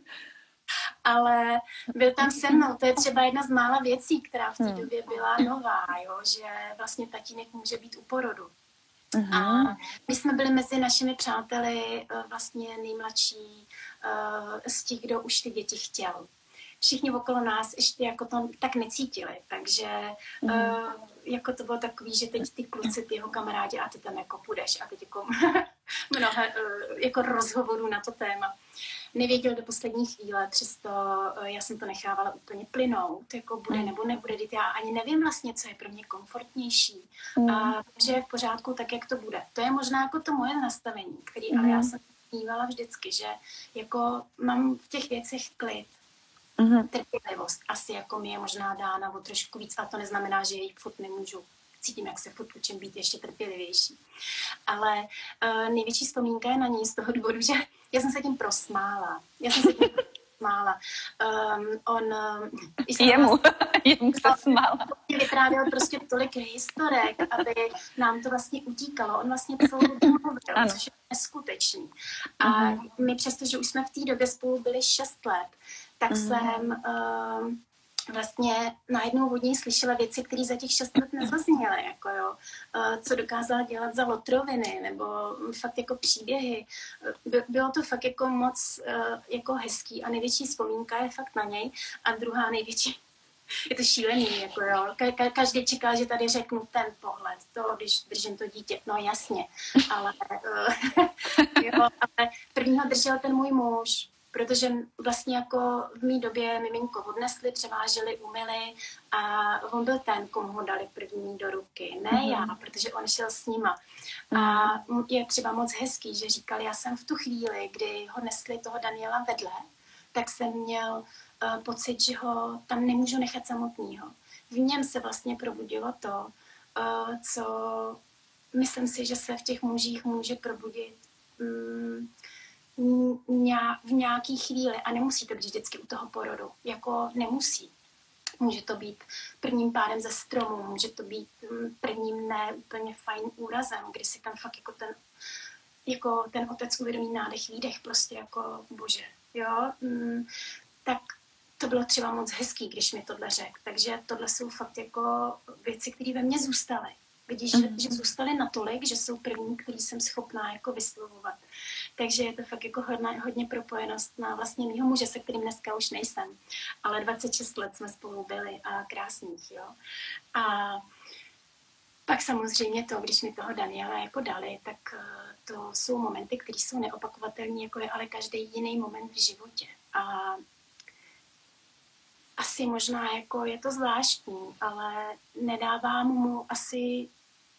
Ale byl tam se mnou. To je třeba jedna z mála věcí, která v té době byla nová, jo? Že vlastně tatínek může být u porodu. Uh-huh. A my jsme byli mezi našimi přáteli vlastně nejmladší z těch, kdo už ty děti chtěl. Všichni okolo nás ještě jako to tak necítili, takže uh-huh. jako to bylo takový, že teď ty kluci, ty jeho kamarádi a ty tam jako půjdeš a teď jako mnoho jako rozhovorů na to téma. Nevěděl do poslední chvíle, přesto já jsem to nechávala úplně plynout, jako bude nebo nebude, já ani nevím vlastně, co je pro mě komfortnější, mm. a, že je v pořádku tak, jak to bude. To je možná jako to moje nastavení, který, mm. ale já jsem vnívala vždycky, že jako mám v těch věcech klid, mm. trpělivost, asi jako mi je možná dána o trošku víc, ale to neznamená, že jej furt nemůžu. Cítím, jak se furt učím být ještě trpělivější. Ale uh, největší vzpomínka je na ní z toho důvodu, že já jsem se tím prosmála. Já jsem se tím prosmála. Um, on... Um, jemu. Vlastně, jemu se smála. Vyprávěl prostě tolik historek, aby nám to vlastně utíkalo. On vlastně celou dobu mluvil, což je neskutečný. A uh-huh. my přesto, že už jsme v té době spolu byli šest let, tak uh-huh. jsem... Um, vlastně najednou od něj slyšela věci, které za těch šest let nezazněly, jako jo, co dokázala dělat za lotroviny, nebo fakt jako příběhy. Bylo to fakt jako moc jako hezký a největší vzpomínka je fakt na něj a druhá největší, je to šílený, jako jo. Ka- každý čeká, že tady řeknu ten pohled, to, když držím to dítě, no jasně, ale, jo, ale prvního držel ten můj muž, protože vlastně jako v mý době miminko odnesli, převáželi, umyli a on byl ten, komu ho dali první do ruky. Ne mm-hmm. já, protože on šel s nima. A je třeba moc hezký, že říkal, já jsem v tu chvíli, kdy ho nesli toho Daniela vedle, tak jsem měl uh, pocit, že ho tam nemůžu nechat samotnýho. V něm se vlastně probudilo to, uh, co myslím si, že se v těch mužích může probudit um, v nějaký chvíli a nemusí to být vždycky u toho porodu, jako nemusí. Může to být prvním pádem ze stromu, může to být prvním ne úplně fajn úrazem, kdy si tam fakt jako ten, jako ten otec uvědomí nádech, výdech, prostě jako bože, jo. Tak to bylo třeba moc hezký, když mi tohle řekl. Takže tohle jsou fakt jako věci, které ve mně zůstaly. Vidíš, mm. že, že zůstaly natolik, že jsou první, který jsem schopná jako vyslovovat. Takže je to fakt jako hodně, hodně propojenost na vlastně mýho muže, se kterým dneska už nejsem. Ale dvacet šest let jsme spolu byli a krásných, jo. A pak samozřejmě to, když mi toho Daniela jako dali, tak to jsou momenty, které jsou neopakovatelné, jako je ale každý jiný moment v životě. A asi možná jako je to zvláštní, ale nedávám mu asi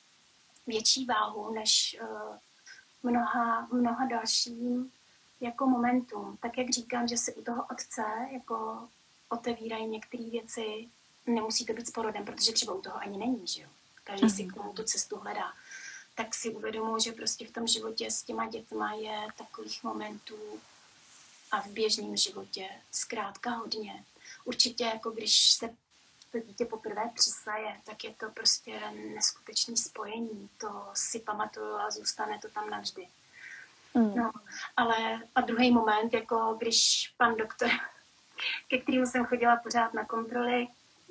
větší váhu než uh, mnoha, mnoha dalším jako momentům. Tak jak říkám, že si u toho otce jako otevírají některé věci, nemusí to být s porodem, protože třeba u toho ani není, že jo. Každý mm-hmm. si k tomu tu cestu hledá. Tak si uvědomuji, že prostě v tom životě s těma dětma je takových momentů a v běžném životě zkrátka hodně. Určitě jako když se to dítě poprvé přisaje, tak je to prostě neskutečné spojení. To si pamatuju a zůstane to tam navždy. Mm. No, ale a druhý moment, jako když pan doktor, ke kterému jsem chodila pořád na kontroly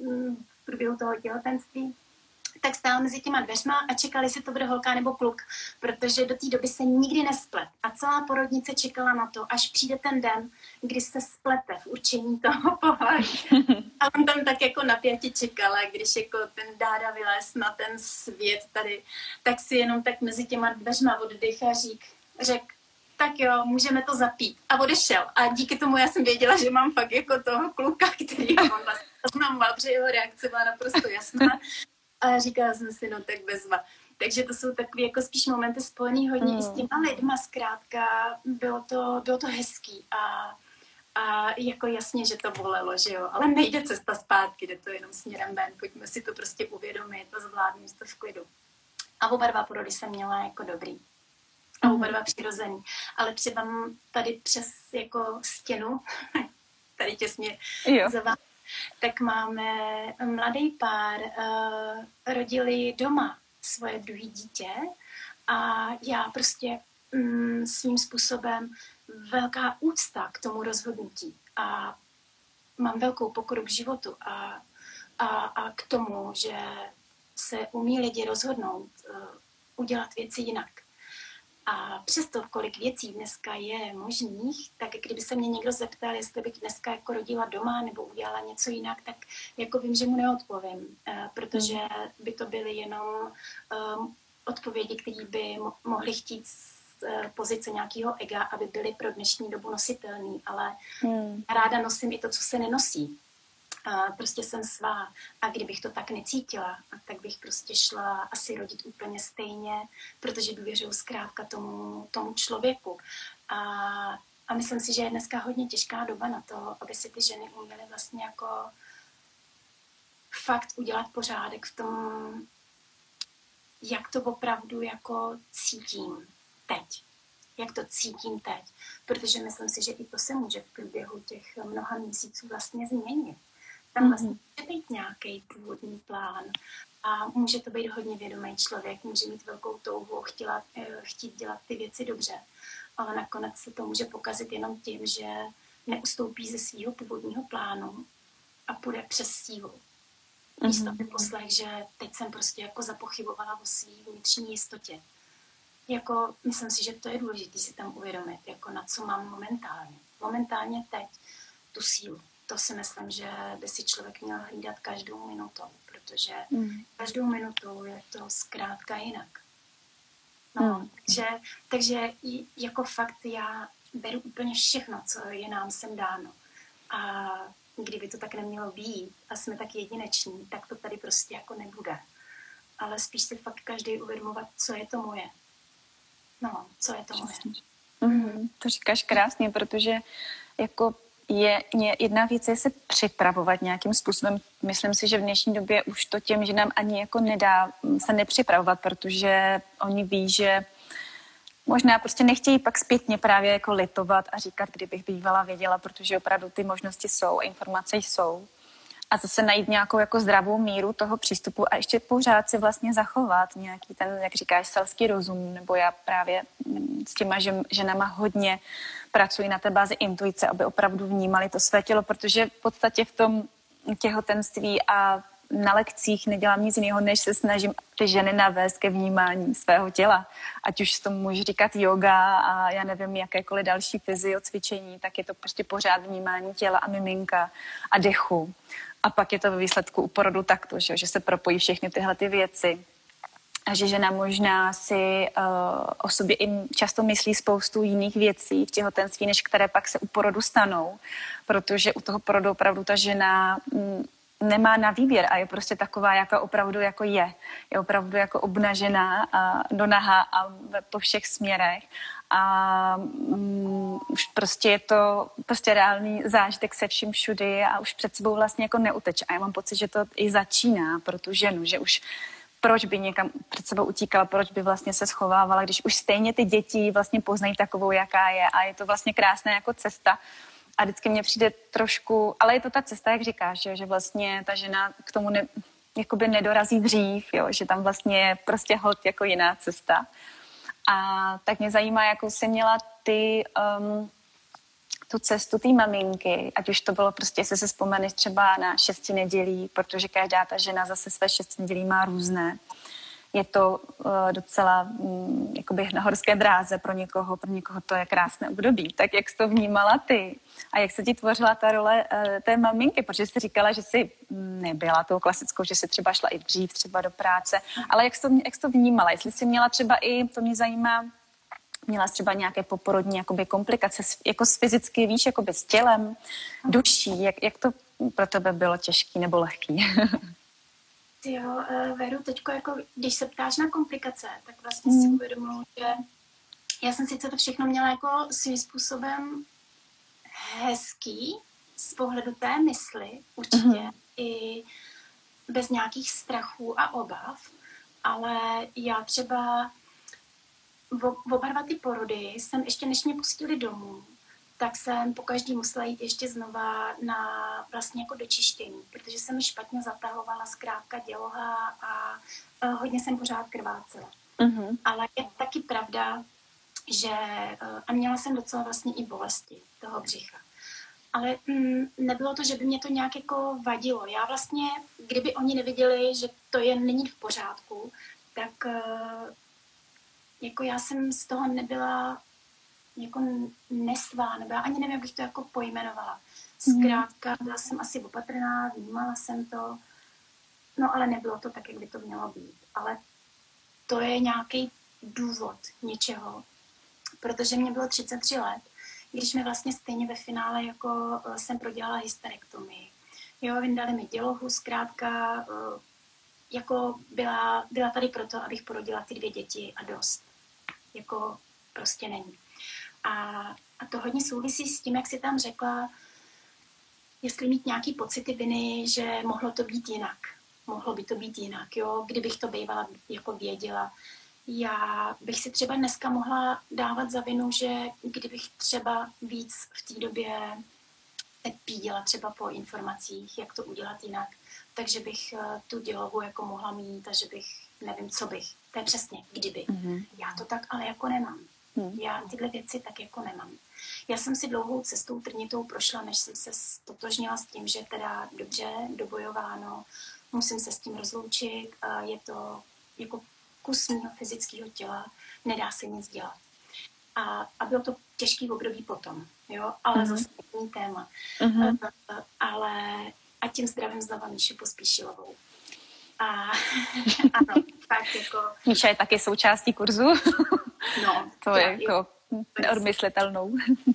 v průběhu toho těhotenství, tak stál mezi těma dveřma a čekali, jestli to bude holka nebo kluk, protože do té doby se nikdy nesplet. A celá porodnice čekala na to, až přijde ten den, kdy se splete v určení toho pohlaví. A on tam tak jako napjatě čekal, a když jako ten Dáda vylez na ten svět tady, tak si jenom tak mezi těma dveřma oddych a řík, řek, tak jo, můžeme to zapít. A odešel. A díky tomu já jsem věděla, že mám fakt jako toho kluka, který on vlastně oznamoval, protože jeho reakce byla naprosto jasná. A říkala jsem si, no tak bezva. Takže to jsou takové jako spíš momenty spojený hodně mm. i s těma lidma zkrátka. Bylo to, bylo to hezký a, a jako jasně, že to bolelo, že jo. Ale nejde cesta zpátky, jde to jenom směrem ven. Pojďme si to prostě uvědomit a zvládnout to v klidu. A oba dva porody jsem měla jako dobrý. A oba dva přirozený. Ale třeba tady přes jako stěnu, tady těsně za vámi, tak máme mladý pár, uh, rodili doma svoje druhé dítě a já prostě um, svým způsobem velká úcta k tomu rozhodnutí a mám velkou pokoru k životu a, a, a k tomu, že se umí lidi rozhodnout uh, udělat věci jinak. A přesto, kolik věcí dneska je možných, tak kdyby se mě někdo zeptal, jestli bych dneska jako rodila doma nebo udělala něco jinak, tak jako vím, že mu neodpovím, protože by to byly jenom um, odpovědi, které by mo- mohly chtít z uh, pozice nějakého ega, aby byly pro dnešní dobu nositelný, ale hmm. ráda nosím i to, co se nenosí. Uh, prostě jsem svá a kdybych to tak necítila, tak bych prostě šla asi rodit úplně stejně, protože důvěřuju zkrátka tomu, tomu člověku. A, a myslím si, že je dneska hodně těžká doba na to, aby si ty ženy uměly vlastně jako fakt udělat pořádek v tom, jak to opravdu jako cítím teď. Jak to cítím teď. Protože myslím si, že i to se může v průběhu těch mnoha měsíců vlastně změnit. Tam vlastně může být nějaký původní plán a může to být hodně vědomý člověk, může mít velkou touhu, chtěla, chtít dělat ty věci dobře, ale nakonec se to může pokazit jenom tím, že neustoupí ze svého původního plánu a půjde přes sílu. Místo by poslech, že teď jsem prostě jako zapochybovala o svý vnitřní jistotě. Jako, myslím si, že to je důležité si tam uvědomit, jako na co mám momentálně. Momentálně teď tu sílu. To si myslím, že by si člověk měl hlídat každou minutou, protože mm. každou minutou je to zkrátka jinak. No, mm. takže, takže jako fakt já beru úplně všechno, co je nám sem dáno. A kdyby to tak nemělo být a jsme tak jedineční, tak to tady prostě jako nebude. Ale spíš si fakt každý uvědomovat, co je to moje. No, co je to moje. Mm, to říkáš krásně, protože jako je, jedna věc je se připravovat nějakým způsobem. Myslím si, že v dnešní době už to těm ženám ani jako nedá se nepřipravovat, protože oni ví, že možná prostě nechtějí pak zpětně právě jako litovat a říkat, kdybych bývala věděla, protože opravdu ty možnosti jsou, informace jsou. A zase najít nějakou jako zdravou míru toho přístupu a ještě pořád si vlastně zachovat nějaký ten, jak říkáš, selský rozum, nebo já právě s těma žen, ženama hodně pracuji na té bázi intuice, aby opravdu vnímali to své tělo, protože v podstatě v tom těhotenství a na lekcích nedělám nic jiného, než se snažím ty ženy navést ke vnímání svého těla. Ať už tomu můžu říkat yoga a já nevím, jakékoliv další fyziocvičení, tak je to prostě pořád vnímání těla a miminka a dechu. A pak je to ve výsledku u porodu takto, že, že se propojí všechny tyhle ty věci. a že žena možná si uh, o sobě i často myslí spoustu jiných věcí v těhotenství, než které pak se u porodu stanou, protože u toho porodu opravdu ta žena m, nemá na výběr a je prostě taková, jako opravdu jako je. Je opravdu jako obnažená a do naha a po všech směrech. A um, už prostě je to prostě reálný zážitek se vším všudy a už před sebou vlastně jako neuteč. A já mám pocit, že to i začíná pro tu ženu, že už proč by někam před sebou utíkala, proč by vlastně se schovávala, když už stejně ty děti vlastně poznají takovou, jaká je a je to vlastně krásná jako cesta. A vždycky mně přijde trošku, ale je to ta cesta, jak říkáš, jo, že vlastně ta žena k tomu ne, jakoby nedorazí dřív, jo, že tam vlastně je prostě hod jako jiná cesta. A tak mě zajímá, jakou jsi měla ty um, tu cestu té maminky, ať už to bylo prostě, jestli se vzpomeneš třeba na šesti nedělí, protože každá ta žena zase své šesti nedělí má různé. Je to uh, docela um, jakoby na horské dráze pro někoho, pro někoho to je krásné období. Tak jak jsi to vnímala ty? A jak se ti tvořila ta role uh, té maminky? Protože jsi říkala, že jsi nebyla tou klasickou, že jsi třeba šla i dřív třeba do práce, ale jak jsi to, jak jsi to vnímala? Jestli jsi měla třeba i, to mě zajímá, měla jsi třeba nějaké poporodní jakoby komplikace, jako s fyzicky, víš, jakoby s tělem, duší, jak, jak to pro tebe bylo těžký nebo lehký? Jo, Veru, teďko jako, když se ptáš na komplikace, tak vlastně mm. si uvědomuji, že já jsem sice to všechno měla jako svým způsobem hezký z pohledu té mysli, určitě, mm. i bez nějakých strachů a obav, ale já třeba v oba dva ty porody jsem ještě, než mě pustili domů, tak jsem pokaždý musela jít ještě znova na vlastně jako dočištění, protože jsem mi špatně zatahovala zkrátka děloha a uh, hodně jsem pořád krvácela. Mm-hmm. Ale je taky pravda, že uh, a měla jsem docela vlastně i bolesti toho břicha. Ale mm, nebylo to, že by mě to nějak jako vadilo. Já vlastně, kdyby oni neviděli, že to je není v pořádku, tak uh, jako já jsem z toho nebyla jako nesvá, nebo já ani nevím, jak bych to jako pojmenovala. Zkrátka, byla jsem asi opatrná, vnímala jsem to, no ale nebylo to tak, jak by to mělo být. Ale to je nějaký důvod něčeho, protože mě bylo třicet tři let, když mi vlastně stejně ve finále jako jsem prodělala hysterektomii. Jo, vyndali mi dělohu, zkrátka jako byla, byla tady proto, abych porodila ty dvě děti a dost. Jako prostě není. A, a to hodně souvisí s tím, jak jsi tam řekla, jestli mít nějaký pocity viny, že mohlo to být jinak. Mohlo by to být jinak, jo, kdybych to bývala jako věděla. Já bych si třeba dneska mohla dávat za vinu, že kdybych třeba víc v té době píděla třeba po informacích, jak to udělat jinak, takže bych tu dělohu jako mohla mít a že bych, nevím, co bych. To je přesně, kdyby. Mm-hmm. Já to tak ale jako nemám. Mm. Já tyhle věci tak jako nemám. Já jsem si dlouhou cestou trnitou prošla, než jsem se stotožnila s tím, že teda dobře, dobojováno, musím se s tím rozloučit, a je to jako kus mého fyzického těla, nedá se nic dělat. A, a bylo to těžký období potom, jo, ale mm. zase jiný téma. Mm-hmm. Uh, ale a tím zdravím znova Míšu Pospíšilovou. A ano, fakt jako... Míša je taky součástí kurzu. No. To je jako neodmyslitelnou.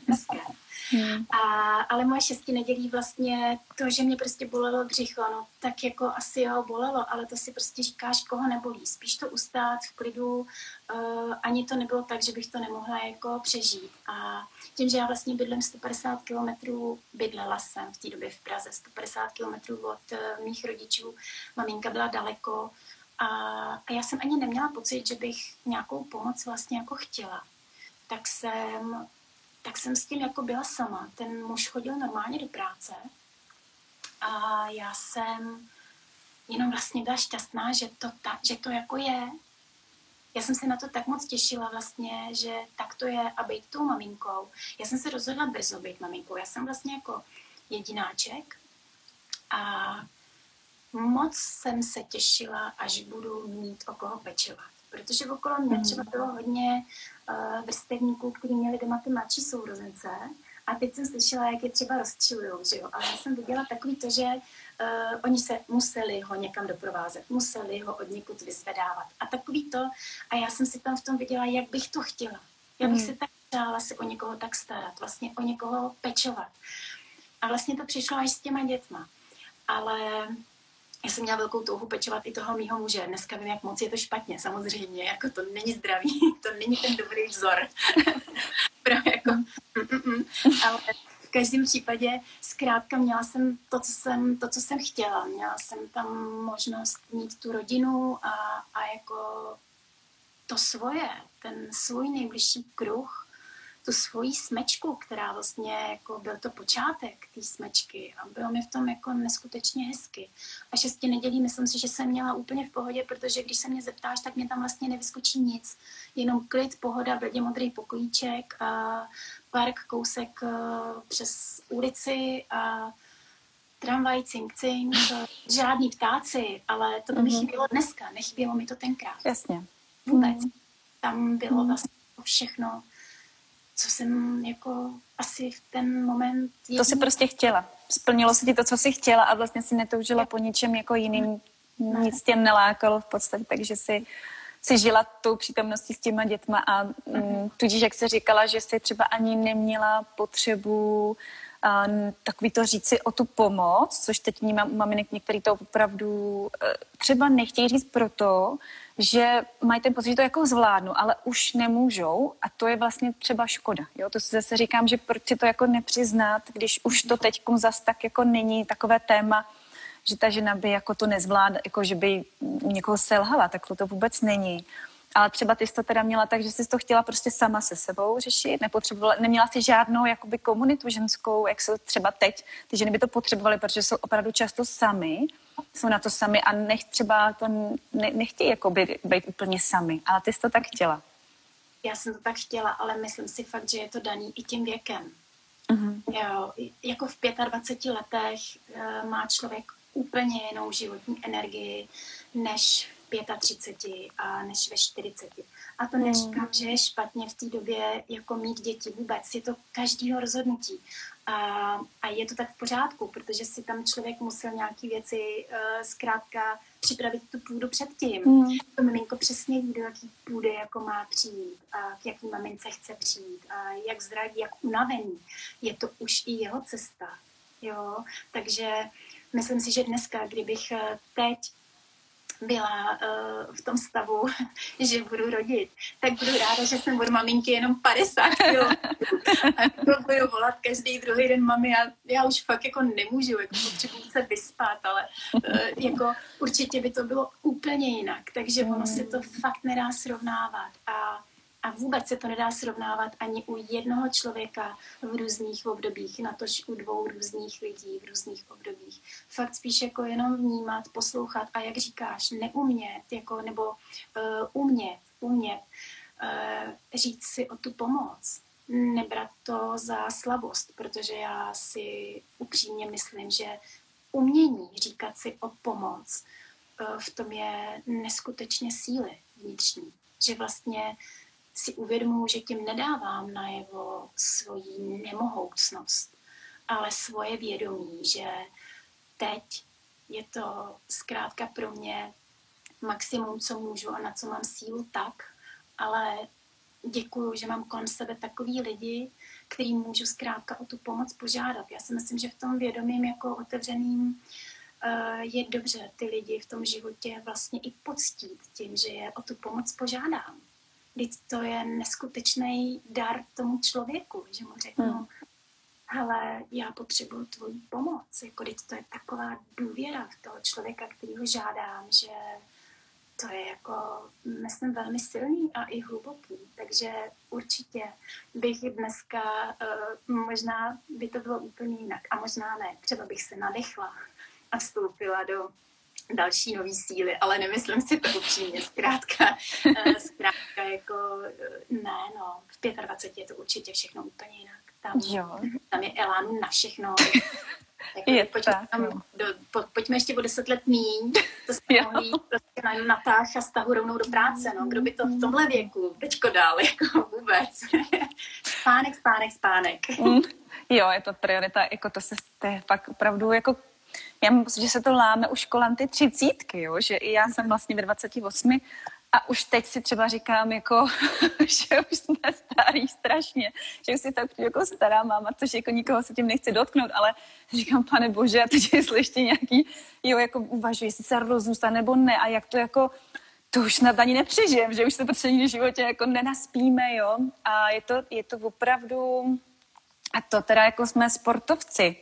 Hmm. A, ale moje šesti nedělí vlastně to, že mě prostě bolelo břicho, no tak jako asi jo, bolelo, ale to si prostě říkáš, koho nebolí. Spíš to ustát v klidu, uh, ani to nebylo tak, že bych to nemohla jako přežít. A tím, že já vlastně bydlím sto padesát kilometrů, bydlela jsem v té době v Praze, sto padesát kilometrů od uh, mých rodičů, maminka byla daleko a, a já jsem ani neměla pocit, že bych nějakou pomoc vlastně jako chtěla. Tak jsem... tak jsem s tím jako byla sama. Ten muž chodil normálně do práce a já jsem jenom vlastně byla šťastná, že to, ta, že to jako je. Já jsem se na to tak moc těšila vlastně, že tak to je a být tou maminkou. Já jsem se rozhodla brzo být maminkou. Já jsem vlastně jako jedináček a moc jsem se těšila, až budu mít o koho pečovat. Protože okolo mě třeba bylo hodně uh, vrstevníků, kteří měli doma ty mladší sourozence A teď jsem slyšela, jak je třeba rozčilujou, že jo. Ale já jsem viděla takový to, že uh, oni se museli ho někam doprovázet, museli ho od někud vyzvedávat. A takový to, a já jsem si tam v tom viděla, jak bych to chtěla. Já bych mm. si tak přála se o někoho tak starat, vlastně o někoho pečovat. A vlastně to přišlo až s těma dětma. Ale já jsem měla velkou touhu pečovat i toho mýho muže. Dneska vím, jak moc je to špatně, samozřejmě, jako to není zdravý, to není ten dobrý vzor. Pro jako, mm, mm, mm. Ale v každém případě zkrátka měla jsem to, co jsem, to, co jsem chtěla. Měla jsem tam možnost mít tu rodinu a, a jako to svoje, ten svůj nejbližší kruh, tu svoji smečku, která vlastně jako byl to počátek té smečky a bylo mi v tom jako neskutečně hezky. A šesti nedělí myslím si, že jsem měla úplně v pohodě, protože když se mě zeptáš, tak mě tam vlastně nevyskočí nic. Jenom klid, pohoda, bledě modrý pokojíček a park, kousek přes ulici a tramvaj, cink, cink, žádný ptáci, ale to by mi chybělo dneska, nechybělo mi to tenkrát. Jasně. Vůbec. Tam bylo vlastně všechno, co jsem jako asi v ten moment... Jedný... To jsi prostě chtěla. Splnilo se ti to, co jsi chtěla a vlastně si netoužila po ničem jako jiným. Ne. Nic tě nelákalo v podstatě, takže si, si žila tou přítomností s těma dětma a mm, tudíž, jak jsi říkala, že jsi třeba ani neměla potřebu a, takový to říci o tu pomoc, což teď vnímám maminek, některý to opravdu třeba nechtějí říct proto, že mají ten pocit, že to jako zvládnu, ale už nemůžou a to je vlastně třeba škoda. Jo? To si zase říkám, že proč si to jako nepřiznat, když už to teď zas tak jako není takové téma, že ta žena by jako to nezvládla, jako že by u někoho selhala, tak to, to vůbec není. Ale třeba ty jsi to teda měla tak, že jsi to chtěla prostě sama se sebou řešit, nepotřebovala, neměla jsi žádnou jakoby komunitu ženskou, jak jsou třeba teď. Ty ženy by to potřebovaly, protože jsou opravdu často sami, jsou na to sami a nech třeba to ne, nechtějí jakoby být úplně sami, ale ty jsi to tak chtěla. Já jsem to tak chtěla, ale myslím si fakt, že je to daný i tím věkem. Uh-huh. Jo, jako v dvaceti pěti letech uh, má člověk úplně jinou životní energii, než v třiceti pěti a než ve čtyřiceti. A to neříkám, že je špatně v té době jako mít děti vůbec. Je to každýho rozhodnutí. A, a je to tak v pořádku, protože si tam člověk musel nějaký věci uh, zkrátka připravit tu půdu předtím. Mm. To miminko přesně ví, do jaký půdy jako má přijít a k jaký mamince chce přijít a jak zdraví, jak unavený. Je to už i jeho cesta. Jo? Takže myslím si, že dneska, kdybych teď byla uh, v tom stavu, že budu rodit, tak budu ráda, že jsem od maminky jenom padesát kilo. A to budu volat každý druhý den mami a já už fakt jako nemůžu, jako potřebuji se vyspat, ale uh, jako určitě by to bylo úplně jinak, takže ono se to fakt nedá srovnávat a A vůbec se to nedá srovnávat ani u jednoho člověka v různých obdobích, natož u dvou různých lidí v různých obdobích. Fakt spíš jako jenom vnímat, poslouchat a jak říkáš, neumět, jako, nebo uh, umět, umět uh, říct si o tu pomoc. Nebrat to za slabost, protože já si upřímně myslím, že umění říkat si o pomoc, uh, v tom je neskutečně síly vnitřní. Že vlastně si uvědomuji, že tím nedávám najevo svoji nemohoucnost, ale svoje vědomí, že teď je to zkrátka pro mě maximum, co můžu a na co mám sílu tak, ale děkuju, že mám kolem sebe takový lidi, který můžu zkrátka o tu pomoc požádat. Já si myslím, že v tom vědomím jako otevřeným je dobře ty lidi v tom životě vlastně i poctít tím, že je o tu pomoc požádám. Vždyť to je neskutečný dar tomu člověku, že mu řeknu, hmm. hele, já potřebuju tvoji pomoc. Jako, vždyť to je taková důvěra v toho člověka, kterýho žádám, že to je jako, myslím, velmi silný a i hluboký. Takže určitě bych dneska, uh, možná by to bylo úplně jinak a možná ne. Třeba bych se nadechla a vstoupila do další nový síly, ale nemyslím si to upřímně, zkrátka, zkrátka jako, ne, no, v dvaceti pěti je to určitě všechno úplně jinak. Tam, jo. tam je elán na všechno. Jako, je pojďme, tak, tam, do, po, pojďme ještě o deset let míň, to jsme mohli jít prostě na natáh a stahu rovnou do práce, no, kdo by to v tomhle věku teďko dal, jako vůbec. Spánek, spánek, spánek. Mm. Jo, je to priorita, jako to se, to je fakt opravdu jako, já mám pocit, že se to láme už kolem ty třicítky, jo, že i já jsem vlastně ve dvaceti osmi a už teď si třeba říkám, jako, že už jsme starý strašně, že už si tak jako stará máma, což jako nikoho se tím nechci dotknout, ale říkám, pane bože, a teď jestli ještě nějaký, jo, jako uvažuji, jestli se rozrůstá nebo ne a jak to jako, to už snad ani nepřežijem, že už se prostě nikdy v životě jako nenaspíme, jo, a je to, je to opravdu... A to teda jako jsme sportovci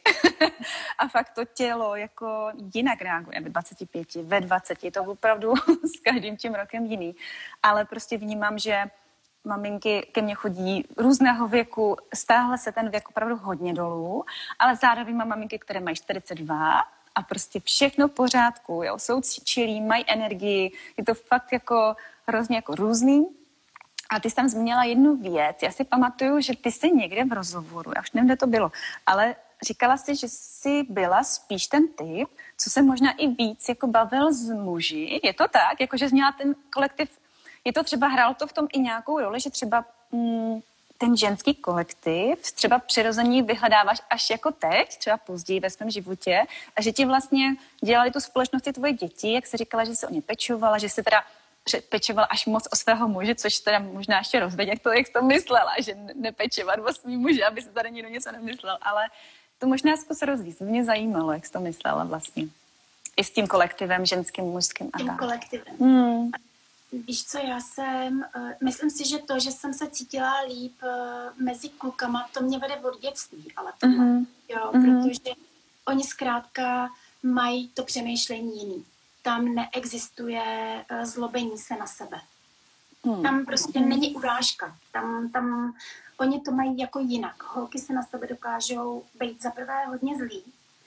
a fakt to tělo jako jinak reaguje ve dvaceti pěti, ve dvaceti, je to opravdu s každým tím rokem jiný. Ale prostě vnímám, že maminky ke mně chodí různého věku, stáhle se ten věk opravdu hodně dolů, ale zároveň mám maminky, které mají čtyřicet dva a prostě všechno v pořádku, jo, jsou čilí, mají energii, je to fakt jako hrozně jako různý. A ty jsi tam zmínila jednu věc. Já si pamatuju, že ty jsi někde v rozhovoru, já už nevím, kde to bylo, ale říkala jsi, že jsi byla spíš ten typ, co se možná i víc jako bavil s muži. Je to tak? Jako, že jsi měla ten kolektiv, je to třeba, hrálo to v tom i nějakou roli, že třeba mm, ten ženský kolektiv třeba přirozeně vyhledáváš až jako teď, třeba později ve svém životě a že ti vlastně dělali tu společnosti tvoje děti, jak jsi říkala, že se o ně pečovala, že se teda pečoval až moc o svého muže, což teda možná ještě rozveď, jak to, jak jsi to myslela, že nepečovat o svý muže, aby se tady nikdo něco nemyslel, ale to možná zkus rozvíct. Mě zajímalo, jak jsi to myslela vlastně. I s tím kolektivem ženským, mužským a Tím tak. kolektivem. Hmm. Víš co, já jsem, uh, myslím si, že to, že jsem se cítila líp uh, mezi klukama, to mě vede od dětství, ale to Mm-hmm. jo, Mm-hmm. protože oni zkrátka mají to přemýšlení jiný. Tam neexistuje uh, zlobení se na sebe. Hmm. Tam prostě hmm. není urážka. Tam, tam oni to mají jako jinak. Holky se na sebe dokážou být za prvé hodně zlý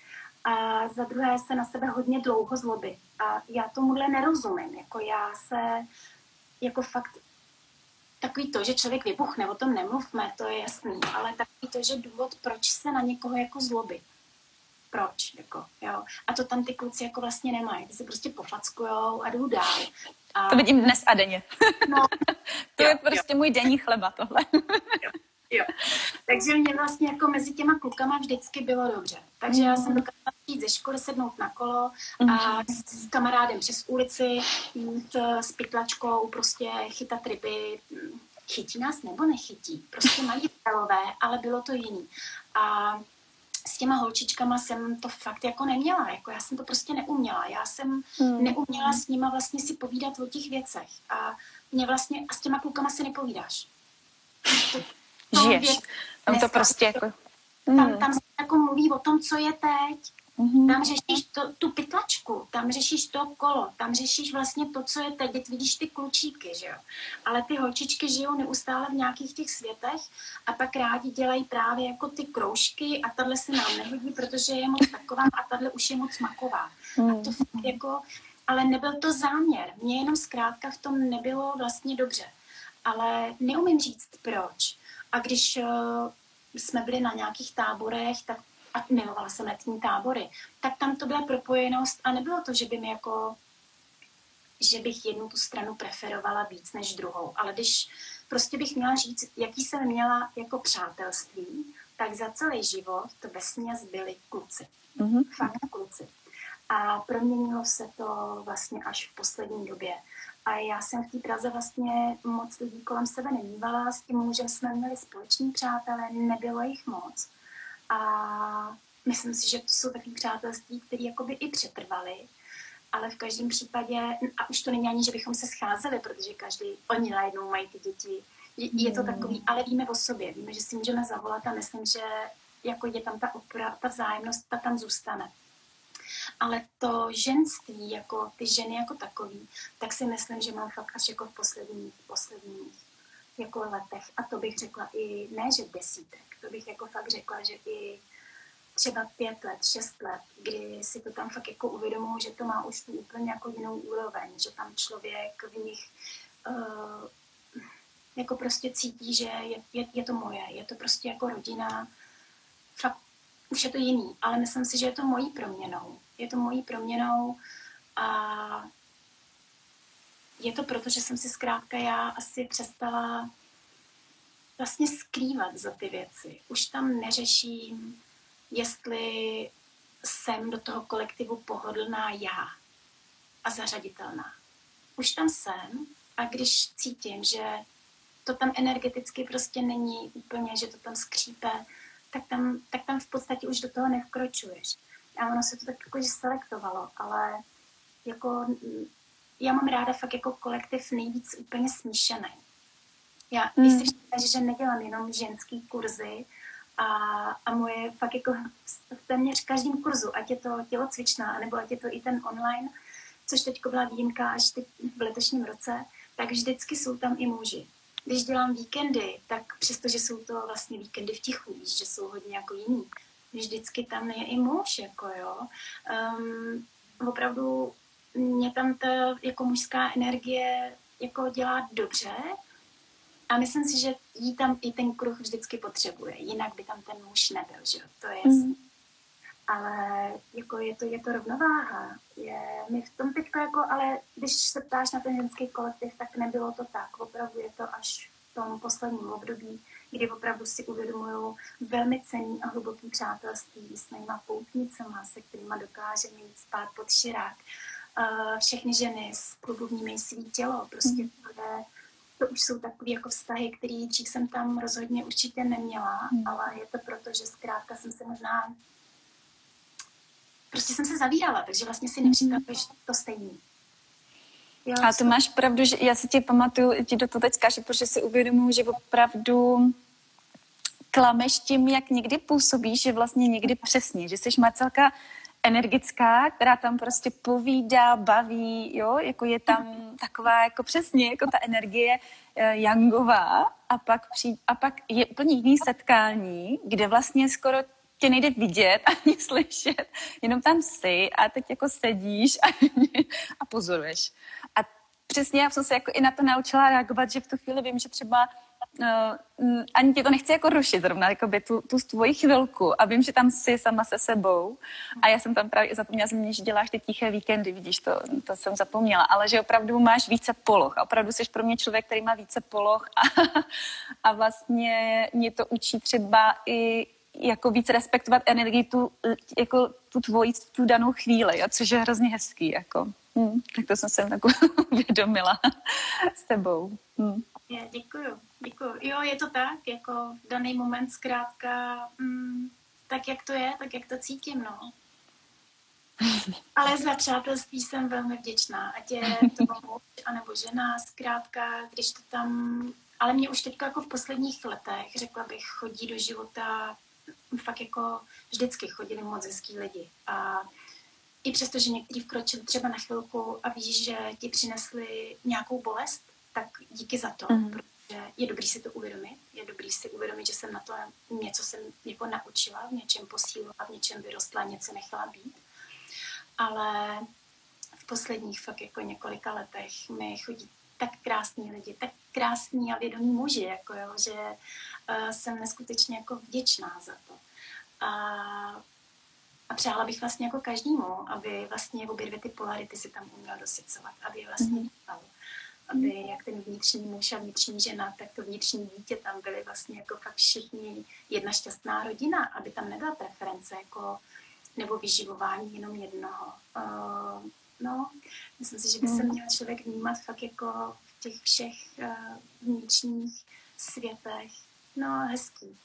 a za druhé se na sebe hodně dlouho zlobit. A já tomuhle nerozumím. Jako já se, jako fakt, takový to, že člověk vybuchne, o tom nemluvme, to je jasný, ale takový to, že důvod, proč se na někoho jako zlobit. Proč, jako, jo. A to tam ty kluci jako vlastně nemají. Ty se prostě pofackujou a jdou dál. A... To vidím dnes a denně. No, to jo, je prostě jo. Můj denní chleba tohle. jo, jo. Takže mě vlastně jako mezi těma klukama vždycky bylo dobře. Takže mm. já jsem dokázala jít ze školy, sednout na kolo a s kamarádem přes ulici jít s pytlačkou, prostě chytat ryby. Chytí nás nebo nechytí? Prostě mají telové, ale bylo to jiný. A s těma holčičkama jsem to fakt jako neměla, jako já jsem to prostě neuměla. Já jsem hmm. neuměla s nima vlastně si povídat o těch věcech a mě vlastně, a s těma klukama si nepovídáš. To, to Žiješ. Tam to prostě jako... Hmm. Tam, tam se jako mluví o tom, co je teď. Mm-hmm. Tam řešíš to, tu pytlačku, tam řešíš to kolo, tam řešíš vlastně to, co je teď. Teď vidíš ty klučíky, že jo. Ale ty holčičky žijou neustále v nějakých těch světech a pak rádi dělají právě jako ty kroužky a tahle se nám nehodí, protože je moc taková a tahle už je moc maková. Mm. A to jako, ale nebyl to záměr. Mně jenom zkrátka v tom nebylo vlastně dobře. Ale neumím říct proč. A když uh, jsme byli na nějakých táborech, tak a milovala jsem letní tábory, tak tam to byla propojenost a nebylo to, že by mi jako, že bych jednu tu stranu preferovala víc než druhou, ale když prostě bych měla říct, jaký jsem měla jako přátelství, tak za celý život to vesměs byli kluci. Mm-hmm. Fakt kluci. A proměnilo se to vlastně až v poslední době. A já jsem v té Praze vlastně moc lidí kolem sebe nemývala, s tím mužem jsme měli společní přátelé, nebylo jich moc. A myslím si, že to jsou takové přátelství, které jakoby i přetrvaly, ale v každém případě, a už to není ani, že bychom se scházeli, protože každý, oni najednou mají ty děti, je, je to takový, ale víme o sobě, víme, že si můžeme zavolat a myslím, že jako je tam ta opora, ta vzájemnost, ta tam zůstane. Ale to ženství, jako ty ženy jako takový, tak si myslím, že mám fakt až jako v posledních, posledních jako letech. A to bych řekla i, ne že desítek, to bych jako fakt řekla, že i třeba pět let, šest let, kdy si to tam fakt jako uvědomuji, že to má už tu úplně jako jinou úroveň, že tam člověk v nich uh, jako prostě cítí, že je, je, je to moje, je to prostě jako rodina, fakt už je to jiný, ale myslím si, že je to mojí proměnou. Je to mojí proměnou a je to proto, že jsem si zkrátka já asi přestala vlastně skrývat za ty věci. Už tam neřeším, jestli jsem do toho kolektivu pohodlná já a zařaditelná. Už tam jsem a když cítím, že to tam energeticky prostě není úplně, že to tam skřípe, tak tam, tak tam v podstatě už do toho nevkročuješ. A ono se to tak jakože selektovalo, ale jako já mám ráda fakt jako kolektiv nejvíc úplně smíšený. Já, mm. když si říkáš, že nedělám jenom ženský kurzy a, a moje fakt jako v téměř každém kurzu, ať je to tělocvičná, nebo ať je to i ten online, což teďko byla výjimka až teď v letošním roce, tak vždycky jsou tam i muži. Když dělám víkendy, tak přestože jsou to vlastně víkendy v tichu, víš, že jsou hodně jako jiný, vždycky tam je i muž, jako jo. Um, opravdu mě tam ta jako mužská energie jako dělá dobře a myslím si, že jí tam i ten kruh vždycky potřebuje, jinak by tam ten muž nebyl, že jo, to je jasný. Mm. Ale jako je to, je to rovnováha. Je, my v tom teďko jako, ale když se ptáš na ten ženský kolektiv, tak nebylo to tak. Opravdu je to až v tom posledním období, kdy opravdu si uvědomují velmi cenný a hluboký přátelství s mýma poutnicema, se kterýma dokáže mít spát pod širák. Uh, všechny ženy z klubu Vnímej svý tělo, prostě mm. to, je, to už jsou takové jako vztahy, které dřív jsem tam rozhodně určitě neměla, mm. ale je to proto, že zkrátka jsem se možná prostě jsem se zavírala, takže vlastně si nepřipravuješ to stejný. Jo, a to máš pravdu, že já si tě pamatuju, ti do toho teď zkážu, protože si uvědomuji, že opravdu klameš tím, jak někdy působíš, že vlastně někdy přesně, že jsi Marcelka energická, která tam prostě povídá, baví, jo, jako je tam taková jako přesně, jako ta energie uh, jangová a pak, přijde, a pak je úplně jiný setkání, kde vlastně skoro tě nejde vidět ani slyšet, jenom tam jsi a teď jako sedíš a, a pozoruješ. A přesně já jsem se jako i na to naučila reagovat, že v tu chvíli vím, že třeba uh, ani tě to nechci jako rušit zrovna, jako by tu, tu tvoji chvilku a vím, že tam jsi sama se sebou a já jsem tam právě zapomněla zmínit, že děláš ty tiché víkendy, vidíš, to, to jsem zapomněla, ale že opravdu máš více poloh a opravdu jsi pro mě člověk, který má více poloh a, a vlastně mě to učí třeba i jako víc respektovat energii tu, jako tu tvoji, tu danou chvíli, jo, což je hrozně hezký, jako. Hm, tak to jsem se tak uvědomila s tebou. Hm. Je, děkuju, děkuju. Jo, je to tak, jako v daný moment zkrátka hm, tak, jak to je, tak, jak to cítím, no. Ale za přátelství jsem velmi vděčná, ať je to muž anebo žena, zkrátka, když to tam, ale mě už teď jako v posledních letech, řekla bych, chodí do života fakt jako vždycky chodili moc hezký lidi. A i přesto, že někteří vkročili třeba na chvilku a víš, že ti přinesli nějakou bolest, tak díky za to, mm. protože je dobrý si to uvědomit. Je dobrý si uvědomit, že jsem na to něco jsem jako naučila, v něčem posílila, v něčem vyrostla, něco nechala být. Ale v posledních fakt jako několika letech mi chodí tak krásní lidi, tak krásní a vědomí muži, jako jo, že uh, jsem neskutečně jako vděčná za to. A, a přála bych vlastně jako každému, aby vlastně obě dvě ty polarity si tam uměl dosycovat, aby vlastně dělal. Aby jak ten vnitřní muž a vnitřní žena, tak to vnitřní dítě tam byly vlastně jako fakt všichni jedna šťastná rodina, aby tam nebyla preference jako nebo vyživování jenom jednoho. Uh, no, myslím si, že by se měl člověk vnímat fakt jako v těch všech uh, vnitřních světech. No, hezký.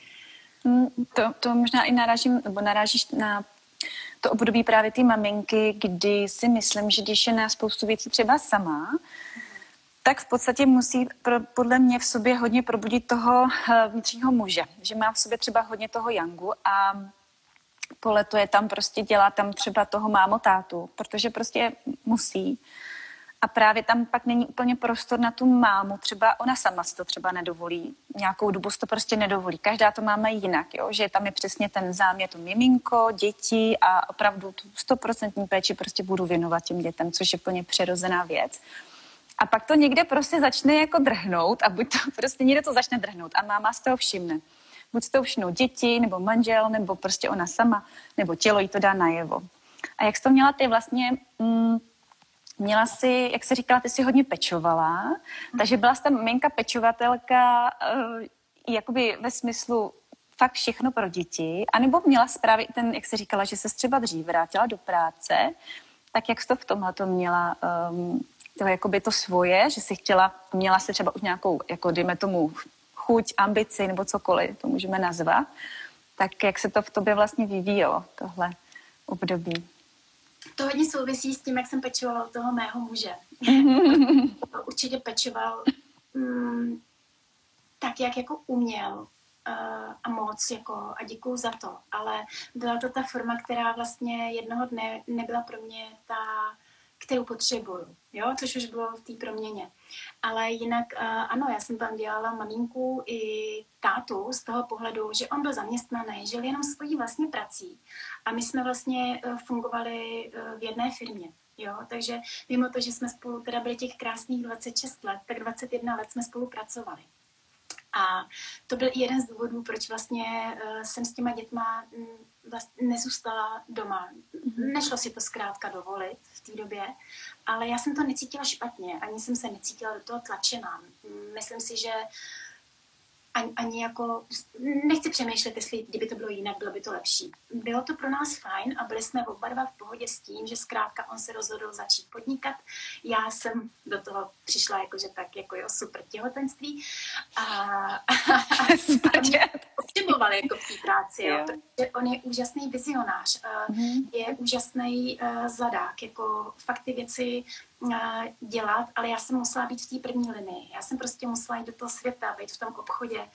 To, to možná i narážím, nebo narážíš na to období právě ty maminky, kdy si myslím, že když je na spoustu věcí třeba sama, tak v podstatě musí pro, podle mě v sobě hodně probudit toho vnitřního muže. Že má v sobě třeba hodně toho jangu a poletuje tam prostě, dělá tam třeba toho mámo tátu, protože prostě musí. A právě tam pak není úplně prostor na tu mámu, třeba ona sama si to třeba nedovolí, nějakou dobu si to prostě nedovolí. Každá to máme jinak, jo? Že tam je přesně ten záměr, to miminko, děti a opravdu tu stoprocentní péči prostě budu věnovat těm dětem, což je plně přirozená věc. A pak to někde prostě začne jako drhnout a buď to prostě někde to začne drhnout a máma z toho všimne. Buď si to všimnou děti, nebo manžel, nebo prostě ona sama, nebo tělo jí to dá najevo. A jak jsi to měla ty vlastně... Mm, Měla si, jak se říkala, ty si hodně pečovala, takže byla jsi ta maminka pečovatelka, jakoby ve smyslu fakt všechno pro děti, anebo měla právě ten, jak jsi říkala, že se třeba dřív vrátila do práce, tak jak jsi to v tomhle to měla, um, to jakoby to svoje, že jsi chtěla, měla se třeba už nějakou, jako dejme tomu, chuť, ambici nebo cokoliv, to můžeme nazvat, tak jak se to v tobě vlastně vyvíjelo, tohle období? To hodně souvisí s tím, jak jsem pečovala od toho mého muže. Určitě pečoval mm, tak, jak jako uměl uh, a moc, jako, a děkuju za to. Ale byla to ta forma, která vlastně jednoho dne nebyla pro mě ta, kterou potřebuju, jo? Což už bylo v té proměně. Ale jinak uh, ano, já jsem tam dělala maminku i tátu z toho pohledu, že on byl zaměstnaný, žil jenom svojí vlastní prací a my jsme vlastně uh, fungovali uh, v jedné firmě. Jo, takže mimo to, že jsme spolu teda byli těch krásných dvacet šest let, tak dvacet jedna let jsme spolu pracovali. A to byl i jeden z důvodů, proč vlastně uh, jsem s těma dětma m, vlastně nezůstala doma. Mm-hmm. Nešlo si to zkrátka dovolit v té době, ale já jsem to necítila špatně, ani jsem se necítila do toho tlačená. Myslím si, že ani, ani jako, nechci přemýšlet, jestli kdyby to bylo jinak, bylo by to lepší. Bylo to pro nás fajn a byli jsme oba dva v pohodě s tím, že zkrátka on se rozhodl začít podnikat. Já jsem do toho přišla jakože tak jako jo, super těhotenství a, a, a mě potřeboval jako v té práci, jo, protože on je úžasný vizionář, mm-hmm. je úžasný uh, zadák, jako fakt ty věci dělat, ale já jsem musela být v té první linii. Já jsem prostě musela jít do toho světa, být v tom obchodě,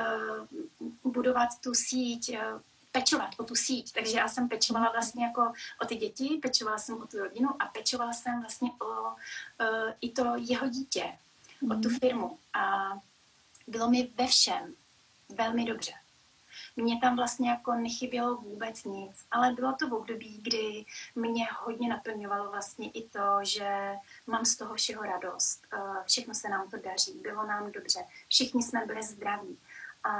budovat tu síť, pečovat o tu síť. Takže já jsem pečovala vlastně jako o ty děti, pečovala jsem o tu rodinu a pečovala jsem vlastně o i to jeho dítě, mm. o tu firmu. A bylo mi ve všem velmi dobře. Mně tam vlastně jako nechybělo vůbec nic, ale bylo to v období, kdy mě hodně naplňovalo vlastně i to, že mám z toho všeho radost. Všechno se nám to daří, bylo nám dobře, všichni jsme byli zdraví. A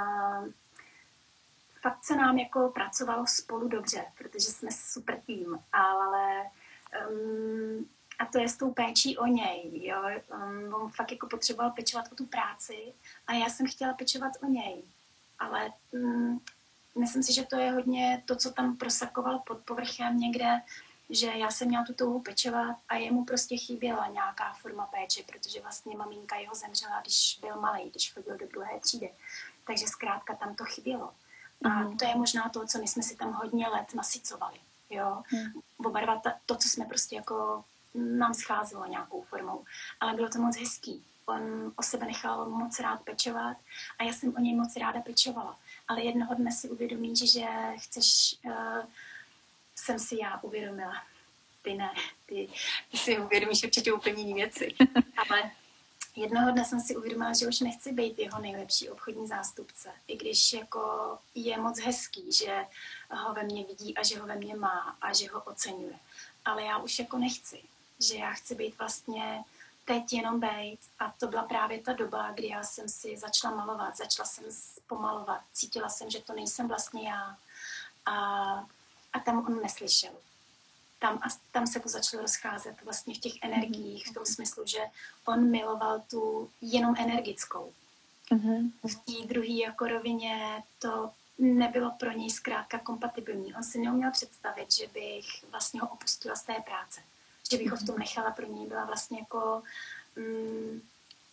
fakt se nám jako pracovalo spolu dobře, protože jsme super tým, ale um, a to je s tou péčí o něj, jo. Um, on fakt jako potřeboval pečovat o tu práci a já jsem chtěla pečovat o něj. Ale mm, myslím si, že to je hodně to, co tam prosakovalo pod povrchem někde, že já jsem měla tu touhu pečovat a jemu prostě chyběla nějaká forma péče, protože vlastně maminka jeho zemřela, když byl malý, když chodil do druhé třídy. Takže zkrátka tam to chybělo. A mm. to je možná to, co my jsme si tam hodně let nasycovali. Jo? Mm. Oba dva to, co jsme prostě jako nám scházelo nějakou formou. Ale bylo to moc hezký. On o sebe nechal moc rád pečovat a já jsem o něj moc ráda pečovala. Ale jednoho dne si uvědomíš, že chceš, uh, jsem si já uvědomila. Ty ne, ty, ty si uvědomíš určitě úplně jiné věci. Ale jednoho dne jsem si uvědomila, že už nechci být jeho nejlepší obchodní zástupce. I když jako je moc hezký, že ho ve mně vidí a že ho ve mně má a že ho oceňuje. Ale já už jako nechci. Že já chci být vlastně teď jenom bejt. A to byla právě ta doba, kdy já jsem si začala malovat, začala jsem pomalovat. Cítila jsem, že to nejsem vlastně já. A, a tam on neslyšel. Tam, a tam se to začalo rozcházet vlastně v těch energiích, v tom smyslu, že on miloval tu jenom energickou. Mm-hmm. V té druhé jako rovině to nebylo pro něj zkrátka kompatibilní. On si neuměl představit, že bych vlastně ho opustila z té práce. Že bych ho v tom nechala, pro něj byla vlastně jako mm,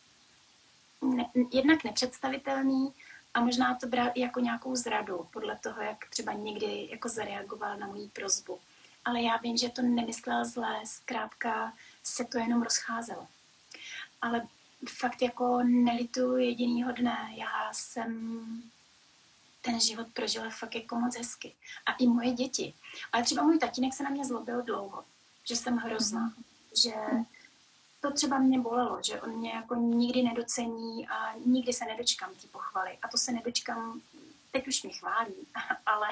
ne, jednak nepředstavitelný a možná to bral i jako nějakou zradu, podle toho, jak třeba někdy jako zareagoval na moji prosbu. Ale já vím, že to nemyslel zlé, zkrátka se to jenom rozcházelo. Ale fakt jako nelituju jedinýho dne. Já jsem ten život prožila fakt jako moc hezky. A i moje děti. Ale třeba můj tatínek se na mě zlobil dlouho. Že jsem hrozná. Že to třeba mě bolelo, že on mě jako nikdy nedocení a nikdy se nedočkám ty pochvaly. A to se nedočkám, teď už mě chválí, ale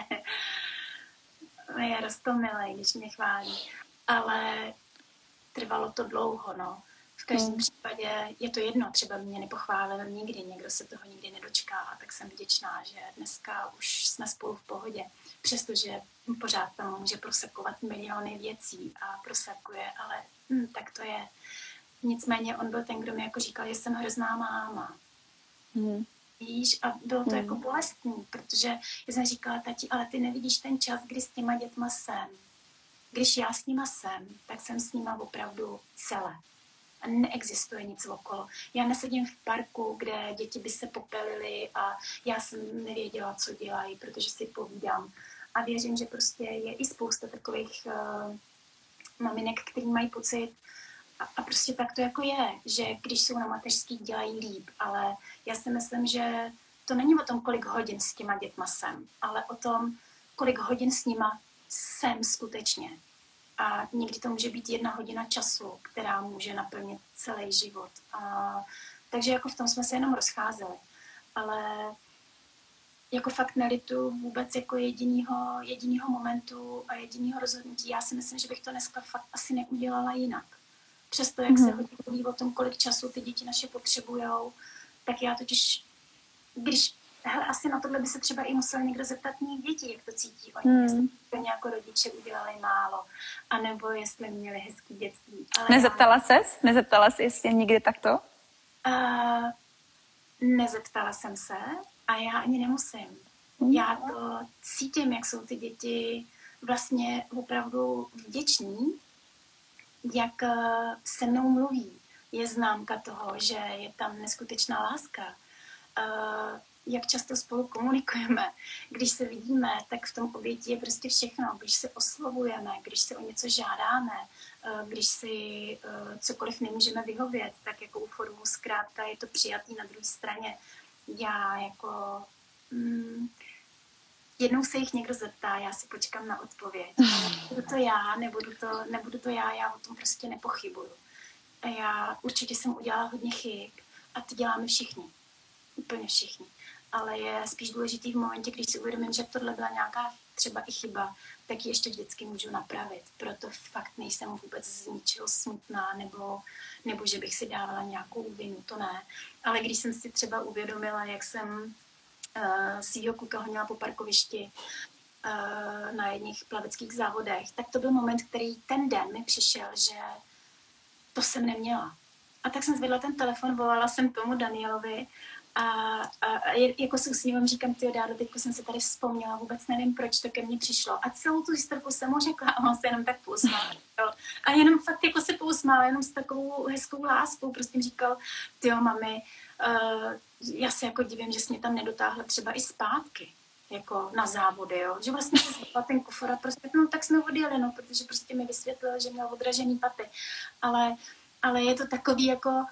je roztomilej, když mě chválí. Ale trvalo to dlouho, no. V každém hmm. případě je to jedno, třeba mě nepochválil nikdy, někdo se toho nikdy nedočká a tak jsem vděčná, že dneska už jsme spolu v pohodě. Přestože pořád tam může prosakovat miliony věcí a prosakuje, ale hm, tak to je. Nicméně on byl ten, kdo mi jako říkal, že jsem hrozná máma. Hmm. víš, a bylo to Hmm. jako bolestný, protože já jsem říkala, tati, ale ty nevidíš ten čas, kdy s těma dětma jsem. Když já s nima jsem, tak jsem s nima opravdu celé. A neexistuje nic okolo. Já nesedím v parku, kde děti by se popelily a já jsem nevěděla, co dělají, protože si povídám. A věřím, že prostě je i spousta takových uh, maminek, který mají pocit, a, a prostě tak to jako je, že když jsou na mateřský, dělají líp, ale já si myslím, že to není o tom, kolik hodin s těma dětma jsem, ale o tom, kolik hodin s nima jsem skutečně. A někdy to může být jedna hodina času, která může naplnit celý život. A, takže jako v tom jsme se jenom rozcházeli. Ale jako fakt nelitu vůbec jako jedinýho, jedinýho momentu a jedinýho rozhodnutí. Já si myslím, že bych to dneska fakt asi neudělala jinak. Přesto, jak mm-hmm. se hodně mluví o tom, kolik času ty děti naše potřebujou, tak já totiž, když, hele, asi na tohle by se třeba i musel někdo zeptat mých dětí, jak to cítí oni, mm. jestli to jako rodiče udělali málo, anebo jestli měli hezký dětství. Ale Nezeptala já... ses? Nezeptala jsi, jestli někdy takto? Uh, nezeptala jsem se a já ani nemusím. Mm. Já to cítím, jak jsou ty děti vlastně opravdu vděční, jak se mnou mluví. Je známka toho, že je tam neskutečná láska. Jak často spolu komunikujeme. Když se vidíme, tak v tom obětí je prostě všechno. Když se oslovujeme, když se o něco žádáme, když si cokoliv nemůžeme vyhovět, tak jako u formu zkrátka je to přijatý na druhé straně. Já jako... Mm, jednou se jich někdo zeptá, já si počkám na odpověď. Ale budu to já, nebudu to, nebudu to já, já o tom prostě nepochybuju. A já určitě jsem udělala hodně chyb a ty děláme všichni. Úplně všichni. Ale je spíš důležitý v momentě, když si uvědomím, že tohle byla nějaká třeba i chyba, tak ji ještě vždycky můžu napravit. Proto fakt nejsem vůbec z ničeho smutná, nebo, nebo že bych si dávala nějakou vinu, to ne. Ale když jsem si třeba uvědomila, jak jsem Uh, svýho kluka honila po parkovišti uh, na jedných plaveckých závodech, tak to byl moment, který ten den mi přišel, že to jsem neměla. A tak jsem zvedla ten telefon, volala jsem tomu Danielovi a, a, a jako s úsměvem říkám, tyjo, Dádo, teďko jsem se tady vzpomněla, vůbec nevím, proč to ke mně přišlo. A celou tu historku jsem mu řekla a on se jenom tak pousmál. A jenom fakt jako se pousmál, jenom s takovou hezkou láskou. Prostě mi říkal, tyjo, mami, uh, já se jako divím, že jsi mě tam nedotáhla třeba i zpátky, jako na závody, jo. Že vlastně se zbytla ten kufor a prostě, no tak jsme odjeli, no, protože prostě mi vysvětlil, že měl odražený paty. Ale, ale je to takový jako,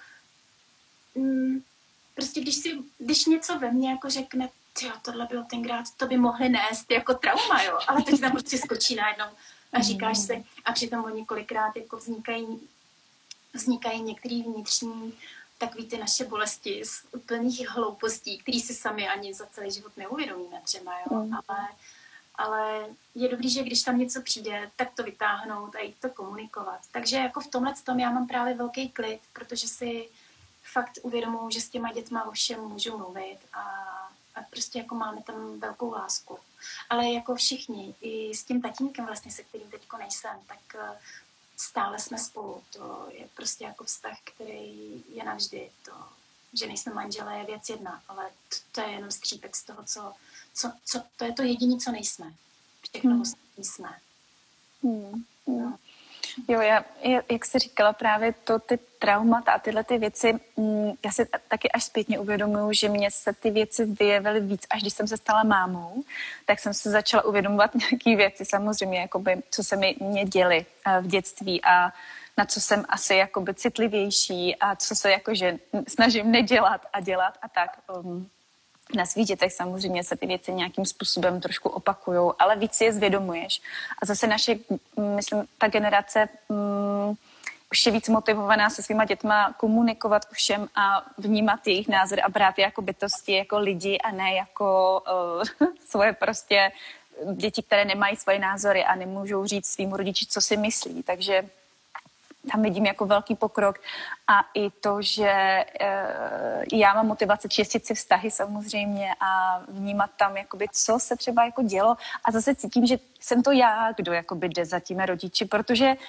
mm, prostě když si, když něco ve mně jako řekne, tyjo, tohle bylo tenkrát, to by mohli nést jako trauma, jo. Ale teď tam prostě skočí najednou a říkáš si, a přitom o několikrát jako vznikají, vznikají některé vnitřní takový ty naše bolesti z úplných hloupostí, který si sami ani za celý život neuvědomíme třeba, jo. Mm. Ale, ale je dobrý, že když tam něco přijde, tak to vytáhnout a jít to komunikovat. Takže jako v tomhle tom já mám právě velký klid, protože si fakt uvědomuji, že s těma dětma o všem můžu mluvit a, a prostě jako máme tam velkou lásku. Ale jako všichni, i s tím tatínkem vlastně, se kterým teďko nejsem, tak stále jsme spolu. To je prostě jako vztah, který je navždy. To, že nejsme manželé, je věc jedna, ale to, to je jenom skřípek z toho, co, co, co to je to jediné, co nejsme. Všechno hmm. ostatní jsme. Hmm. No. Jo, já, jak jsi říkala, právě to, ty traumata a tyhle ty věci, já si taky až zpětně uvědomuju, že mě se ty věci vyjevily víc, až když jsem se stala mámou, tak jsem se začala uvědomovat nějaké věci, samozřejmě, jakoby, co se mi mě děly v dětství a na co jsem asi jakoby citlivější a co se jakože snažím nedělat a dělat a tak. Um, na svých dětech samozřejmě se ty věci nějakým způsobem trošku opakujou, ale víc si je zvědomuješ. A zase naše, myslím, ta generace um, už je víc motivovaná se svýma dětma komunikovat všem a vnímat jejich názor a brát je jako bytosti, jako lidi a ne jako uh, svoje prostě děti, které nemají svoje názory a nemůžou říct svým rodiči, co si myslí. Takže tam vidím jako velký pokrok a i to, že e, já mám motivaci čistit si vztahy samozřejmě a vnímat tam, jakoby, co se třeba jako dělo a zase cítím, že jsem to já, kdo jakoby jde za těmi rodiči, protože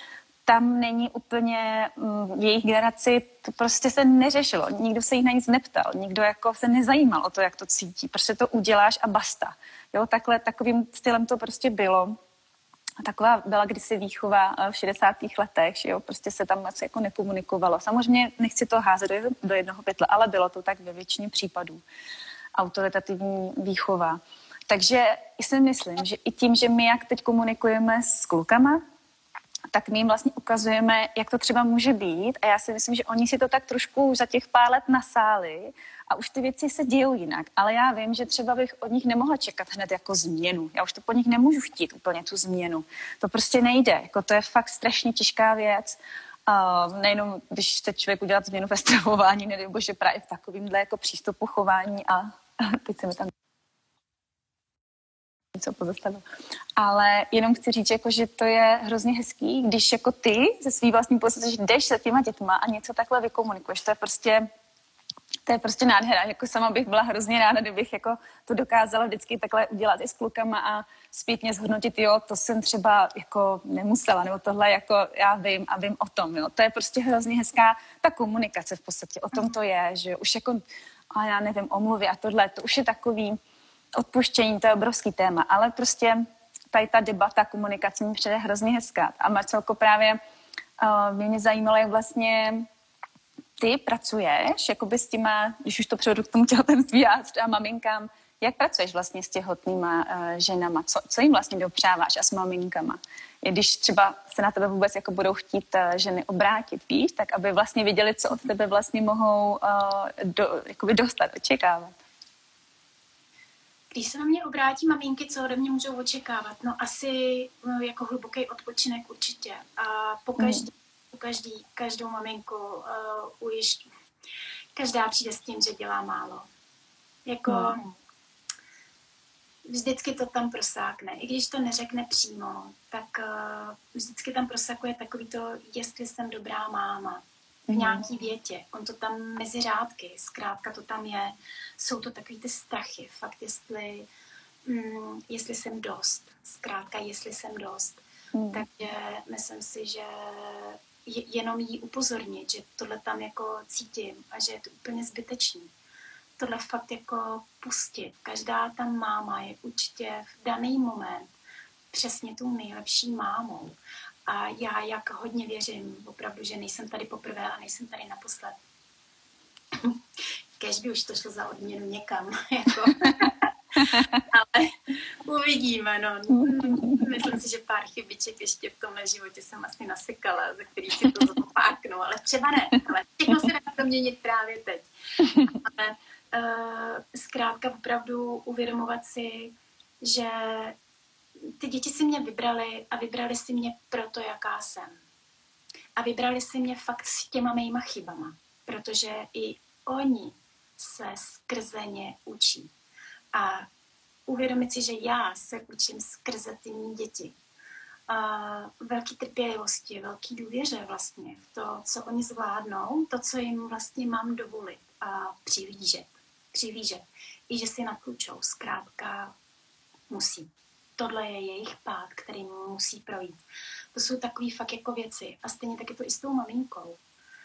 tam není úplně v jejich generaci, to prostě se neřešilo. Nikdo se jich na nic neptal, nikdo jako se nezajímal o to, jak to cítí. Prostě to uděláš a basta. Jo, takhle, takovým stylem to prostě bylo. A taková byla kdysi výchova v šedesátých letech, že jo, prostě se tam moc jako nekomunikovalo. Samozřejmě nechci to házet do, do jednoho pytle, ale bylo to tak ve většině případů. Autoritativní výchova. Takže si myslím, že i tím, že my jak teď komunikujeme s klukama, tak my jim vlastně ukazujeme, jak to třeba může být a já si myslím, že oni si to tak trošku za těch pár let nasáli a už ty věci se dějou jinak, ale já vím, že třeba bych od nich nemohla čekat hned jako změnu. Já už to po nich nemůžu chtít úplně tu změnu. To prostě nejde, jako to je fakt strašně těžká věc. Uh, nejenom, když chce člověk udělat změnu ve stravování, nebo že právě v takovýmhle jako přístupu chování a teď se mi tam něco pozastavilo. Ale jenom chci říct, jako, že to je hrozně hezký, když jako ty ze svý vlastní podstaty, že jdeš se těma dětma a něco takhle vykomunikuješ. To je prostě, to je prostě nádhera. Jako sama bych byla hrozně ráda, kdybych jako to dokázala vždycky takhle udělat i s klukama a zpětně zhodnotit, jo, to jsem třeba jako nemusela, nebo tohle jako já vím a vím o tom, jo. To je prostě hrozně hezká ta komunikace v podstatě. O tom to je, že už jako, a já nevím, omluvy a tohle, to už je takový odpuštění, to je obrovský téma, ale prostě tady ta debata, komunikace mi přijde hrozně hezká. A Marcelko, právě uh, mě zajímalo, jak vlastně ty pracuješ, jakoby s těma, když už to převedu k tomu těhotenství a třeba maminkám, jak pracuješ vlastně s těhotnýma uh, ženama, co, co jim vlastně dopřáváš a s maminkama? I když třeba se na tebe vůbec jako budou chtít uh, ženy obrátit, víš, tak aby vlastně věděli, co od tebe vlastně mohou uh, do, jakoby dostat, očekávat. Když se na mě obrátí maminky, co ode mě můžou očekávat? No asi no, jako hluboký odpočinek určitě. A po každý, mm. po každý každou maminku uh, ujišť, každá přijde s tím, že dělá málo. Jako mm. vždycky to tam prosákne. I když to neřekne přímo, tak uh, vždycky tam prosakuje takový to, jestli jsem dobrá máma. V nějaký větě. On to tam mezi řádky, zkrátka to tam je. Jsou to takový ty strachy. Fakt, jestli, mm, jestli jsem dost. Zkrátka, jestli jsem dost. Mm. Takže myslím si, že je, jenom jí upozornit, že tohle tam jako cítím a že je to úplně zbytečný. Tohle fakt jako pustit. Každá ta máma je určitě v daný moment přesně tou nejlepší mámou. A já jak hodně věřím, opravdu, že nejsem tady poprvé a nejsem tady naposled. Kéž by už to šlo za odměnu někam. Jako. Ale uvidíme. No. Myslím si, že pár chybiček ještě v tomhle životě jsem asi nasekala, za který si to zopáknu, ale třeba ne. Ale všechno se dá to měnit právě teď. Ale uh, zkrátka opravdu uvědomovat si, že ty děti si mě vybrali a vybrali si mě proto, jaká jsem. A vybrali si mě fakt s těma mýma chybama, protože i oni se skrze ně učí. A uvědomit si, že já se učím skrze ty mý děti. A velký trpělivosti, velký důvěře vlastně v to, co oni zvládnou, to, co jim vlastně mám dovolit a přihlížet. Přihlížet. I že si naklučou, zkrátka musí. Tohle je jejich pád, který musí projít. To jsou takové fakt jako věci. A stejně tak je to i s tou maminkou.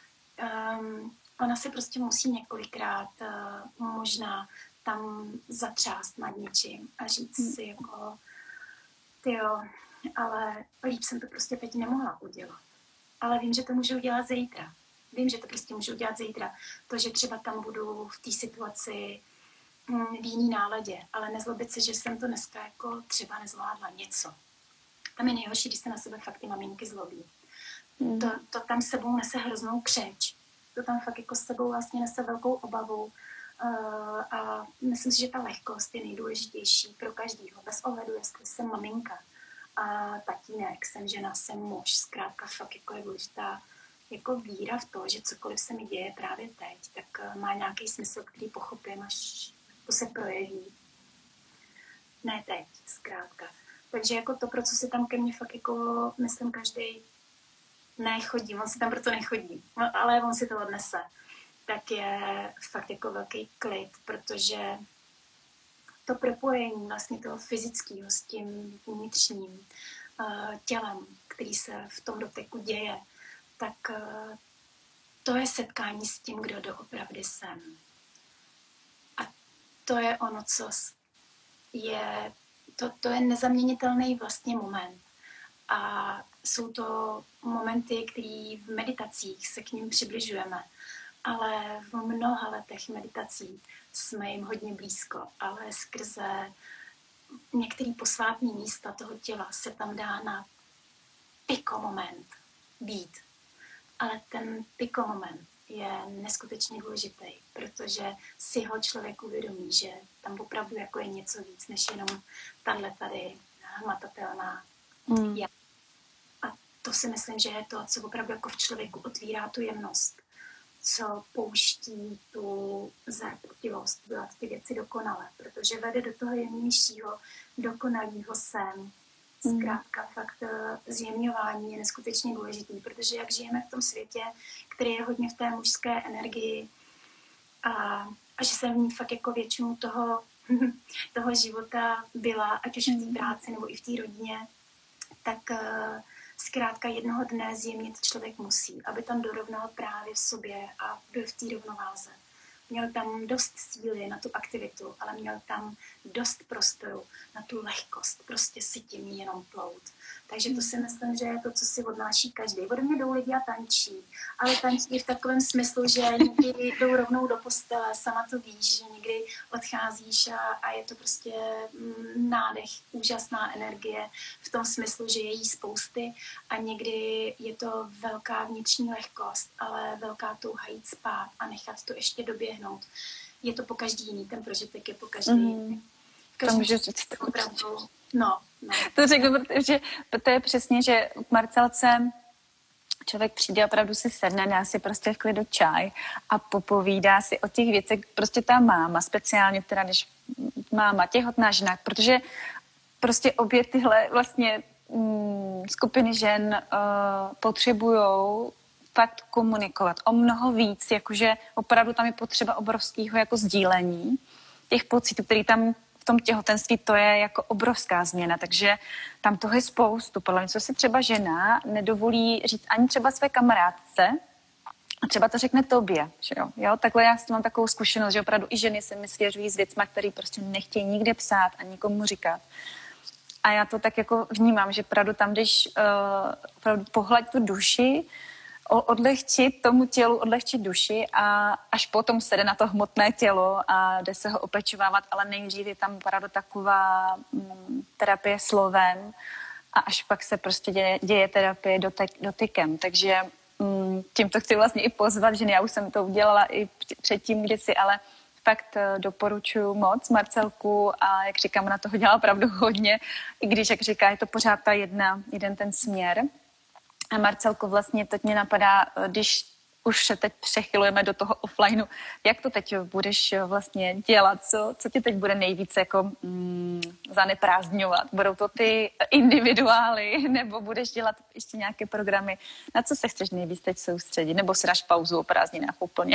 Um, ona se prostě musí několikrát uh, možná tam zatřást nad něčím a říct hmm. si jako tyjo, ale líp jsem to prostě teď nemohla udělat. Ale vím, že to můžu udělat zítra. Vím, že to prostě můžu udělat zítra. To, že třeba tam budu v té situaci v jiný náladě, ale nezlobit se, že jsem to dneska jako třeba nezvládla něco. Tam je nejhorší, když se na sebe fakt ty maminky zlobí. Mm. To, to tam sebou nese hroznou křeč. To tam fakt jako s sebou vlastně nese velkou obavu uh, a myslím si, že ta lehkost je nejdůležitější pro každýho. Bez ohledu, jestli jsem maminka a tatínek, jsem žena, jsem muž. Zkrátka fakt jako je důležitá jako víra v to, že cokoliv se mi děje právě teď, tak uh, má nějaký smysl, který pochopím, až to se projeví. Ne teď, zkrátka. Takže jako to, pro co se tam ke mně fakt jako, myslím, každý nechodí, on si tam proto nechodí, no, ale on si to odnese, tak je fakt jako velký klid, protože to propojení vlastně toho fyzického s tím vnitřním uh, tělem, který se v tom doteku děje, tak uh, to je setkání s tím, kdo doopravdy jsem. A to je ono, co je, to, to je nezaměnitelný vlastně moment. A jsou to momenty, které v meditacích se k ním přibližujeme. Ale v mnoha letech meditací jsme jim hodně blízko, ale skrze některé posvátné místa toho těla se tam dá na piko moment být. Ale ten piko moment je neskutečně důležitý, protože si ho člověk uvědomí, že tam opravdu jako je něco víc, než jenom tahle tady hmatatelná mm. já. A to si myslím, že je to, co opravdu jako v člověku otvírá tu jemnost, co pouští tu zarputilost, dělat ty věci dokonale, protože vede do toho jemnějšího, dokonalýho sen. Zkrátka fakt zjemňování je neskutečně důležitý, protože jak žijeme v tom světě, který je hodně v té mužské energii a, a že jsem v ní fakt jako většinu toho, toho života byla, ať už v té práci nebo i v té rodině, tak zkrátka jednoho dne zjemnit člověk musí, aby tam dorovnal právě v sobě a byl v té rovnováze. Měl tam dost síly na tu aktivitu, ale měl tam dost prostoru na tu lehkost, prostě si tím jenom plout. Takže to si myslím, že je to, co si odnáší každý. Ode mě jdou lidi a tančí, ale tančí v takovém smyslu, že někdy jdou rovnou do postele, sama to víš, že někdy odcházíš a, a je to prostě mm, nádech, úžasná energie v tom smyslu, že je jí spousty a někdy je to velká vnitřní lehkost, ale velká touha jít spát a nechat to ještě doběhnout. Je to po každý jiný, ten prožitek je po každý jiný. Mm. To můžu říct. Opravdu, no, no. To řeknu, protože to je přesně, že k Marcelce člověk přijde, opravdu si sedne, dá si prostě v klidu čaj a popovídá si o těch věcech, prostě ta máma, speciálně teda, když máma, těhotná žena, protože prostě obě tyhle vlastně mm, skupiny žen uh, potřebujou fakt komunikovat o mnoho víc, jakože opravdu tam je potřeba obrovského jako sdílení těch pocitů, který tam v tom těhotenství, to je jako obrovská změna, takže tam toho je spoustu. Podle mě, co si třeba žena nedovolí říct ani třeba své kamarádce, a třeba to řekne tobě, že jo? jo? Takhle já s tím mám takovou zkušenost, že opravdu i ženy se mi svěřují s věcma, který prostě nechtějí nikde psát a nikomu říkat. A já to tak jako vnímám, že opravdu tam, když uh, opravdu pohled tu duši, odlehčit tomu tělu, odlehčit duši a až potom se jde na to hmotné tělo a jde se ho opečovávat, ale nejdřív je tam opravdu taková mm, terapie slovem a až pak se prostě děje, děje terapie dotek, dotykem. Takže mm, tímto chci vlastně i pozvat ženy. Já už jsem to udělala i předtím kdysi, ale fakt doporučuji moc Marcelku a jak říkám, na toho dělá opravdu hodně, i když, jak říká, je to pořád ta jedna, jeden ten směr. A Marcelko, vlastně teď mě napadá, když už se teď přechylujeme do toho offlineu, jak to teď budeš vlastně dělat, co, co ti teď bude nejvíce jako mm, zaneprázdňovat? Budou to ty individuály, nebo budeš dělat ještě nějaké programy? Na co se chceš nejvíc teď soustředit? Nebo si dáš pauzu o prázdninách úplně?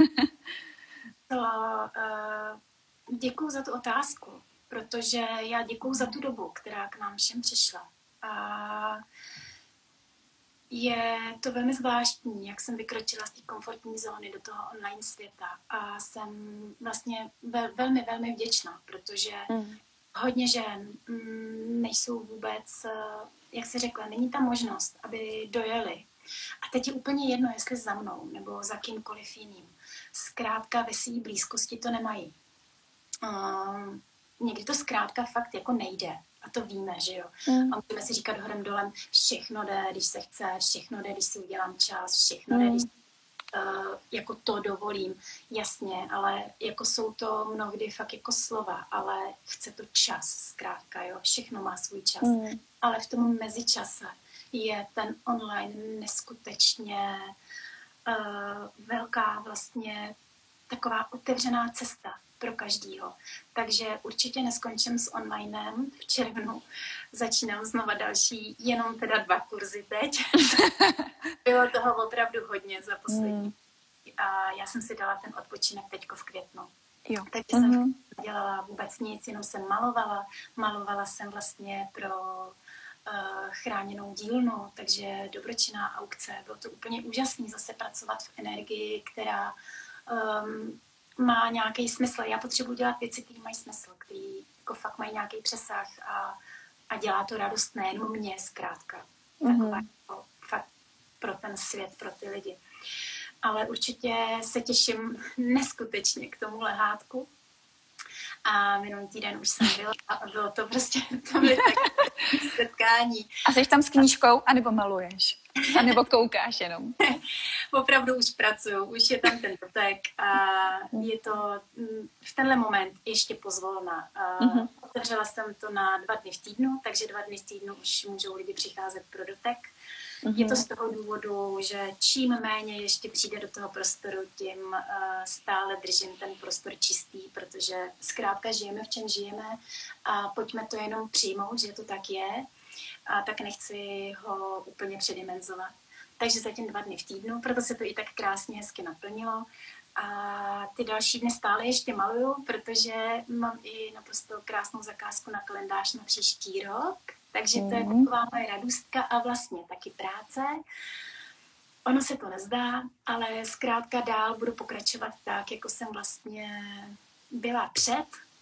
To, uh, děkuju za tu otázku, protože já děkuju za tu dobu, která k nám všem přišla. A je to velmi zvláštní, jak jsem vykročila z té komfortní zóny do toho online světa a jsem vlastně vel, velmi, velmi vděčná, protože mm. hodně žen mm, nejsou vůbec, jak se řekla, není ta možnost, aby dojeli. A teď je úplně jedno, jestli za mnou nebo za kýmkoliv jiným. Zkrátka ve své blízkosti to nemají. Um, někdy to zkrátka fakt jako nejde. A to víme, že jo. Mm. A můžeme si říkat horem dolem, všechno jde, když se chce, všechno jde, když si udělám čas, všechno mm. jde, když uh, jako to dovolím. Jasně, ale jako jsou to mnohdy fakt jako slova, ale chce to čas zkrátka, jo. Všechno má svůj čas. Mm. Ale v tom mezičase je ten online neskutečně uh, velká vlastně taková otevřená cesta pro každýho. Takže určitě neskončím s onlinem v červnu. Začínám znova další, jenom teda dva kurzy teď. Bylo toho opravdu hodně za poslední. Mm. A já jsem si dala ten odpočinek teďko v květnu. Jo. Takže mm-hmm. jsem dělala vůbec nic, jenom jsem malovala. Malovala jsem vlastně pro chráněnou dílnu, takže dobročinná aukce. Bylo to úplně úžasné zase pracovat v energii, která um, má nějaký smysl. Já potřebuji dělat věci, které mají smysl, které jako fakt mají nějaký přesah a, a dělá to radost nejenom mě, zkrátka. Mm-hmm. Taková jako fakt pro ten svět, pro ty lidi. Ale určitě se těším neskutečně k tomu lehátku. A minulý týden už jsem byla a bylo to prostě, to byly takové setkání. A jsi tam s knížkou, anebo maluješ? A nebo koukáš jenom? Opravdu už pracuju, už je tam ten dotek a je to v tenhle moment ještě pozvolna. Mm-hmm. Otevřela jsem to na dva dny v týdnu, takže dva dny v týdnu už můžou lidi přicházet pro dotek. Mm-hmm. Je to z toho důvodu, že čím méně ještě přijde do toho prostoru, tím uh, stále držím ten prostor čistý, protože zkrátka žijeme, v čem žijeme a pojďme to jenom přijmout, že to tak je a tak nechci ho úplně předimenzovat. Takže zatím dva dny v týdnu, proto se to i tak krásně hezky naplnilo. A ty další dny stále ještě maluju, protože mám i naprosto krásnou zakázku na kalendář na příští rok. Takže to je taková moje radostka a vlastně taky práce. Ono se to nezdá, ale zkrátka dál budu pokračovat tak, jako jsem vlastně byla před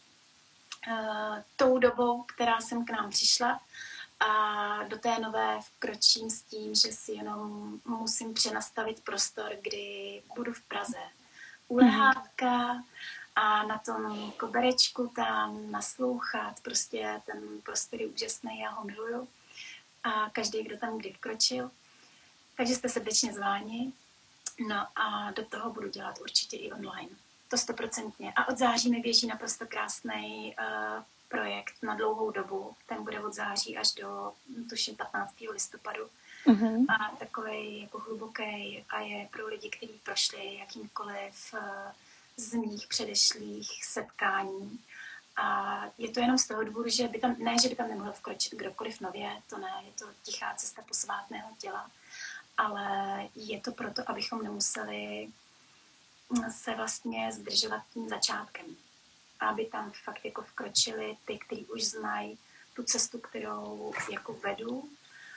uh, tou dobou, která jsem k nám přišla. A do té nové vkročím s tím, že si jenom musím přenastavit prostor, kdy budu v Praze u lehátka a na tom koberečku tam naslouchat. Prostě ten prostor je úžasný, já ho miluju. A každý, kdo tam kdy vkročil. Takže jste srdečně zváni. No a do toho budu dělat určitě i online. To stoprocentně. A od září mi běží naprosto krásný uh, projekt na dlouhou dobu. Ten bude od září až do, tuším, patnáctého listopadu. Mm-hmm. A takovej jako hluboký a je pro lidi, kteří prošli jakýmkoliv uh, z mých předešlých setkání. A je to jenom z toho důvodu, že by tam, ne, že by tam nemohl vkročit kdokoliv nově, to ne, je to tichá cesta posvátného těla, ale je to proto, abychom nemuseli se vlastně zdržovat tím začátkem. Aby tam fakt jako vkročili ty, kteří už znají tu cestu, kterou jako vedu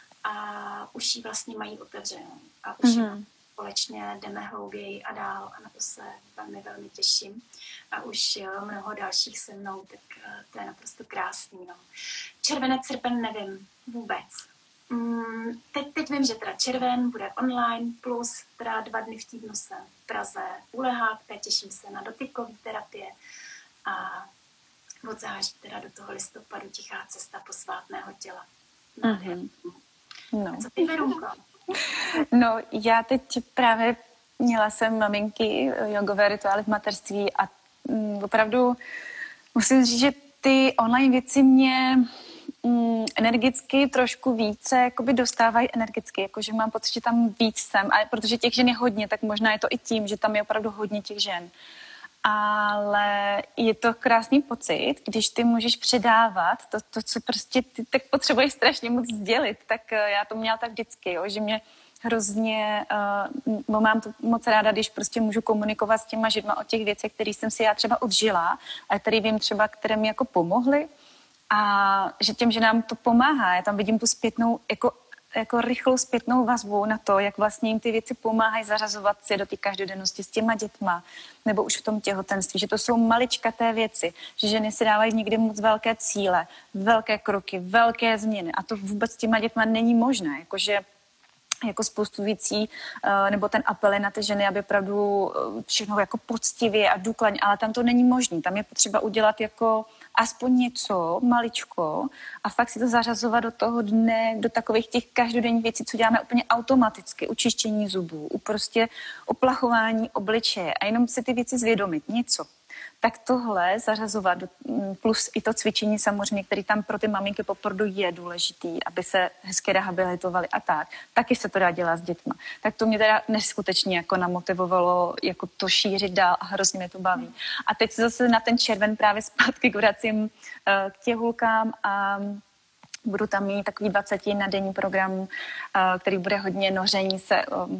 a už ji vlastně mají otevřenou. A už mm-hmm. společně jdeme hlouběji a dál a na to se velmi, velmi těším. A už jo, mnoho dalších se mnou, tak to je naprosto krásný. No. Červenec, srpen nevím vůbec. Mm, teď, teď vím, že teda červen bude online, plus teda dva dny v týdnu jsem v Praze u lehátka, těším se na dotykové terapie a od září teda do toho listopadu tichá cesta posvátného těla. Mm-hmm. No. A co ty, Verunko? No, já teď právě měla jsem maminky jogové rituály v mateřství a mm, opravdu musím říct, že ty online věci mě mm, energicky trošku více jakoby dostávají energicky, jakože mám pocit, že tam víc jsem, a protože těch žen je hodně, tak možná je to i tím, že tam je opravdu hodně těch žen. Ale je to krásný pocit, když ty můžeš předávat to, to co prostě ty tak potřebuješ strašně moc sdělit, tak já to měla tak vždycky, jo, že mě hrozně, uh, mám to moc ráda, když prostě můžu komunikovat s těma židma o těch věcech, které jsem si já třeba odžila, a které vím třeba, které mi jako pomohly a že těm ženám to pomáhá. Já tam vidím tu zpětnou jako jako rychlou zpětnou vazbu na to, jak vlastně jim ty věci pomáhají zařazovat se do té každodennosti s těma dětma, nebo už v tom těhotenství, že to jsou maličkaté věci, že ženy si dávají někdy moc velké cíle, velké kroky, velké změny a to vůbec s těma dětma není možné, jakože jako spoustu věcí, nebo ten apel je na ty ženy, aby opravdu všechno jako poctivě a důkladně, ale tam to není možné, tam je potřeba udělat jako aspoň něco, maličko a fakt si to zařazovat do toho dne, do takových těch každodenních věcí, co děláme úplně automaticky, učištění zubů, u prostě oplachování obličeje a jenom si ty věci zvědomit, něco. Tak tohle zařazovat, plus i to cvičení samozřejmě, který tam pro ty maminky po porodu je důležitý, aby se hezky rehabilitovali a tak, taky se to dá dělat s dětma. Tak to mě teda neskutečně jako namotivovalo jako to šířit dál a hrozně mě to baví. A teď se zase na ten červen právě zpátky vracím uh, k těhulkám a budu tam mít takový dvacet na denní program, uh, který bude hodně noření se um,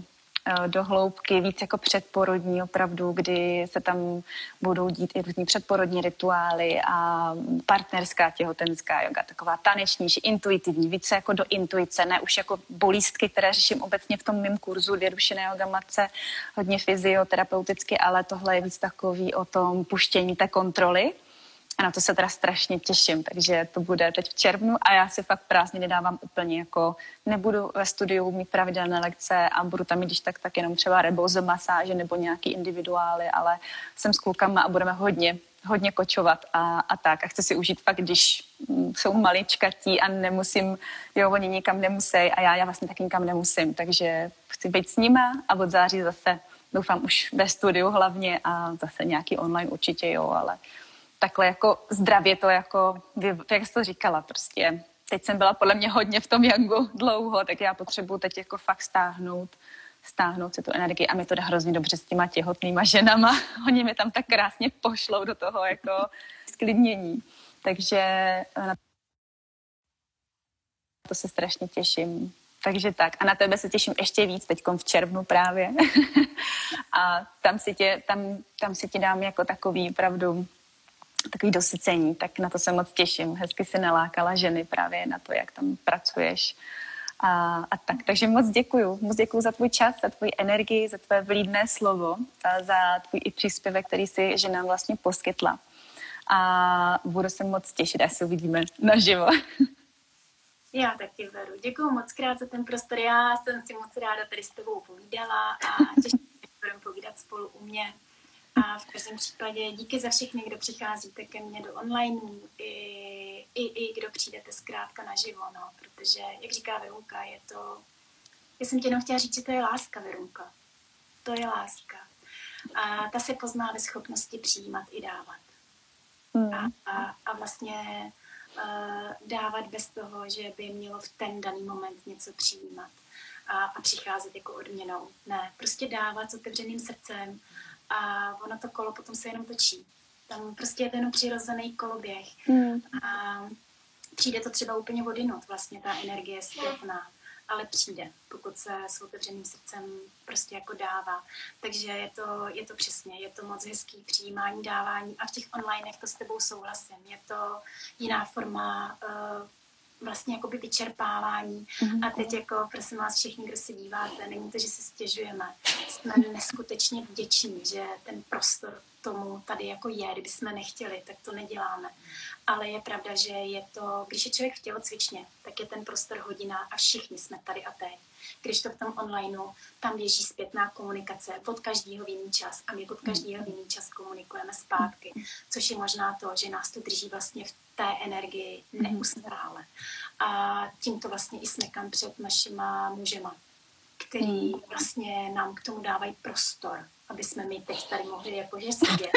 do hloubky, víc jako předporodní opravdu, kdy se tam budou dít i různý předporodní rituály a partnerská těhotenská yoga, taková tanečnější, intuitivní, více jako do intuice, ne už jako bolístky, které řeším obecně v tom mém kurzu Věrušené yoga matce, hodně fyzioterapeuticky, ale tohle je víc takový o tom puštění té kontroly. A na to se teda strašně těším, takže to bude teď v červnu a já si fakt prázdniny dávám úplně jako, nebudu ve studiu mít pravidelné lekce a budu tam, když tak, tak jenom třeba rebozo masáže nebo nějaký individuály, ale jsem s klukama a budeme hodně, hodně kočovat a, a tak. A chci si užít fakt, když jsou maličkatí a nemusím, jo, oni nikam nemusí a já, já vlastně tak nikam nemusím, takže chci být s nima a od září zase doufám už ve studiu hlavně a zase nějaký online určitě, jo, ale takhle jako zdravě to jako, jak jsi to říkala prostě. Teď jsem byla podle mě hodně v tom jangu dlouho, tak já potřebuji teď jako fakt stáhnout, stáhnout si tu energii a mi to jde hrozně dobře s těma těhotnýma ženama. Oni mi tam tak krásně pošlou do toho jako sklidnění. Takže na to se strašně těším. Takže tak. A na tebe se těším ještě víc teďkom v červnu právě. A tam si tě, tam, tam si tě dám jako takový pravdu takový dosycení, tak na to se moc těším. Hezky si nalákala ženy právě na to, jak tam pracuješ. A, a tak. Takže moc děkuju. Moc děkuju za tvůj čas, za tvoji energii, za tvé vlídné slovo, a za tvůj i příspěvek, který si ženám vlastně poskytla. A budu se moc těšit, až se uvidíme naživo. Já taky, Veru. Děkuju moc krát za ten prostor. Já jsem si moc ráda tady s tebou povídala a těším se, že budeme povídat spolu u mě. A v každém případě díky za všechny, kdo přicházíte ke mně do online, i, i, i kdo přijdete zkrátka naživo, no, protože, jak říká Verunka, je to, já jsem ti jenom chtěla říct, že to je láska, Verunka. To je láska. A ta se pozná ve schopnosti přijímat i dávat. Mm. A, a, a vlastně uh, dávat bez toho, že by mělo v ten daný moment něco přijímat a, a přicházet jako odměnou. Ne, prostě dávat s otevřeným srdcem. A ono to kolo potom se jenom točí. Tam prostě je to jenom přirozený koloběh. Mm. A přijde to třeba úplně odinut, vlastně ta energie je zpětná, ale přijde, pokud se s otevřeným srdcem prostě jako dává. Takže je to, je to přesně, je to moc hezký přijímání, dávání a v těch onlinech to s tebou souhlasím. Je to jiná forma uh, vlastně jakoby vyčerpávání. Mm-hmm. A teď jako, prosím vás všichni, kdo se díváte, není to, že si stěžujeme. Jsme neskutečně vděční, že ten prostor tomu tady jako je. Kdyby jsme nechtěli, tak to neděláme. Ale je pravda, že je to, když je člověk v tělocvičně, tak je ten prostor hodina a všichni jsme tady a teď. Když to v tom onlineu, tam běží zpětná komunikace od každého v jiný čas a my od každého v jiný čas komunikujeme zpátky, což je možná to, že nás to drží vlastně v té energii neustále. A tím to vlastně i smekám před našima mužema, který vlastně nám k tomu dávají prostor, aby jsme my teď tady mohli jakože sedět.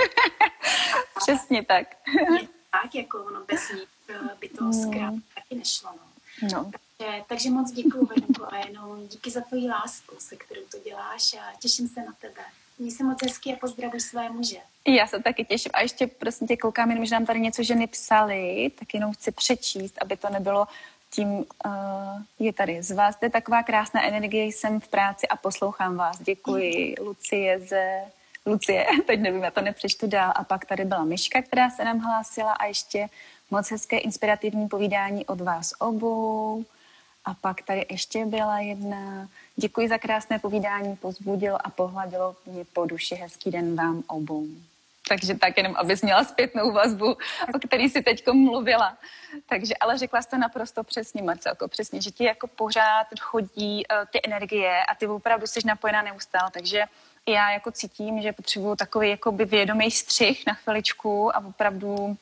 Přesně tak. Je tak, jako ono bez nich by to zkrátka taky nešlo. No. No. Takže, takže moc děkuju, Verunko, a jenom díky za tvoji lásku, se kterou to děláš a těším se na tebe. Měj se moc hezky a pozdravuj své muže. Já se taky těším. A ještě prosím tě, koukám jenom, že nám tady něco ženy psaly, tak jenom chci přečíst, aby to nebylo tím, uh, je tady. Z vás jde taková krásná energie, jsem v práci a poslouchám vás. Děkuji, Lucie ze... Lucie, teď nevím, já to nepřečtu dál. A pak tady byla Myška, která se nám hlásila a ještě moc hezké inspirativní povídání od vás obou. A pak tady ještě byla jedna. Děkuji za krásné povídání, pozbudilo a pohladilo mě po duši. Hezký den vám obou. Takže tak jenom, abys měla zpětnou vazbu, o který si teďko mluvila. Takže, ale řekla jsi to naprosto přesně, Marcelko, přesně, že ti jako pořád chodí uh, ty energie a ty opravdu jsi napojená neustále, takže já jako cítím, že potřebuju takový jakoby vědomý střih na chviličku a opravdu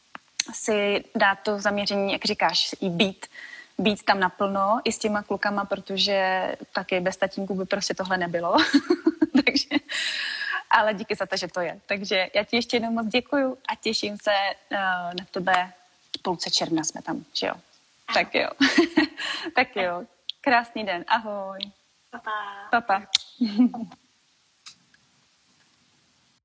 si dát to zaměření, jak říkáš, i být, být tam naplno i s těma klukama, protože taky bez tatínku by prostě tohle nebylo. Takže, ale díky za to, že to je. Takže já ti ještě jednou moc děkuju a těším se uh, na tebe. V půlce června jsme tam, že jo? Tak jo. Tak jo. Krásný den. Ahoj. Pa, pa. Pa, pa.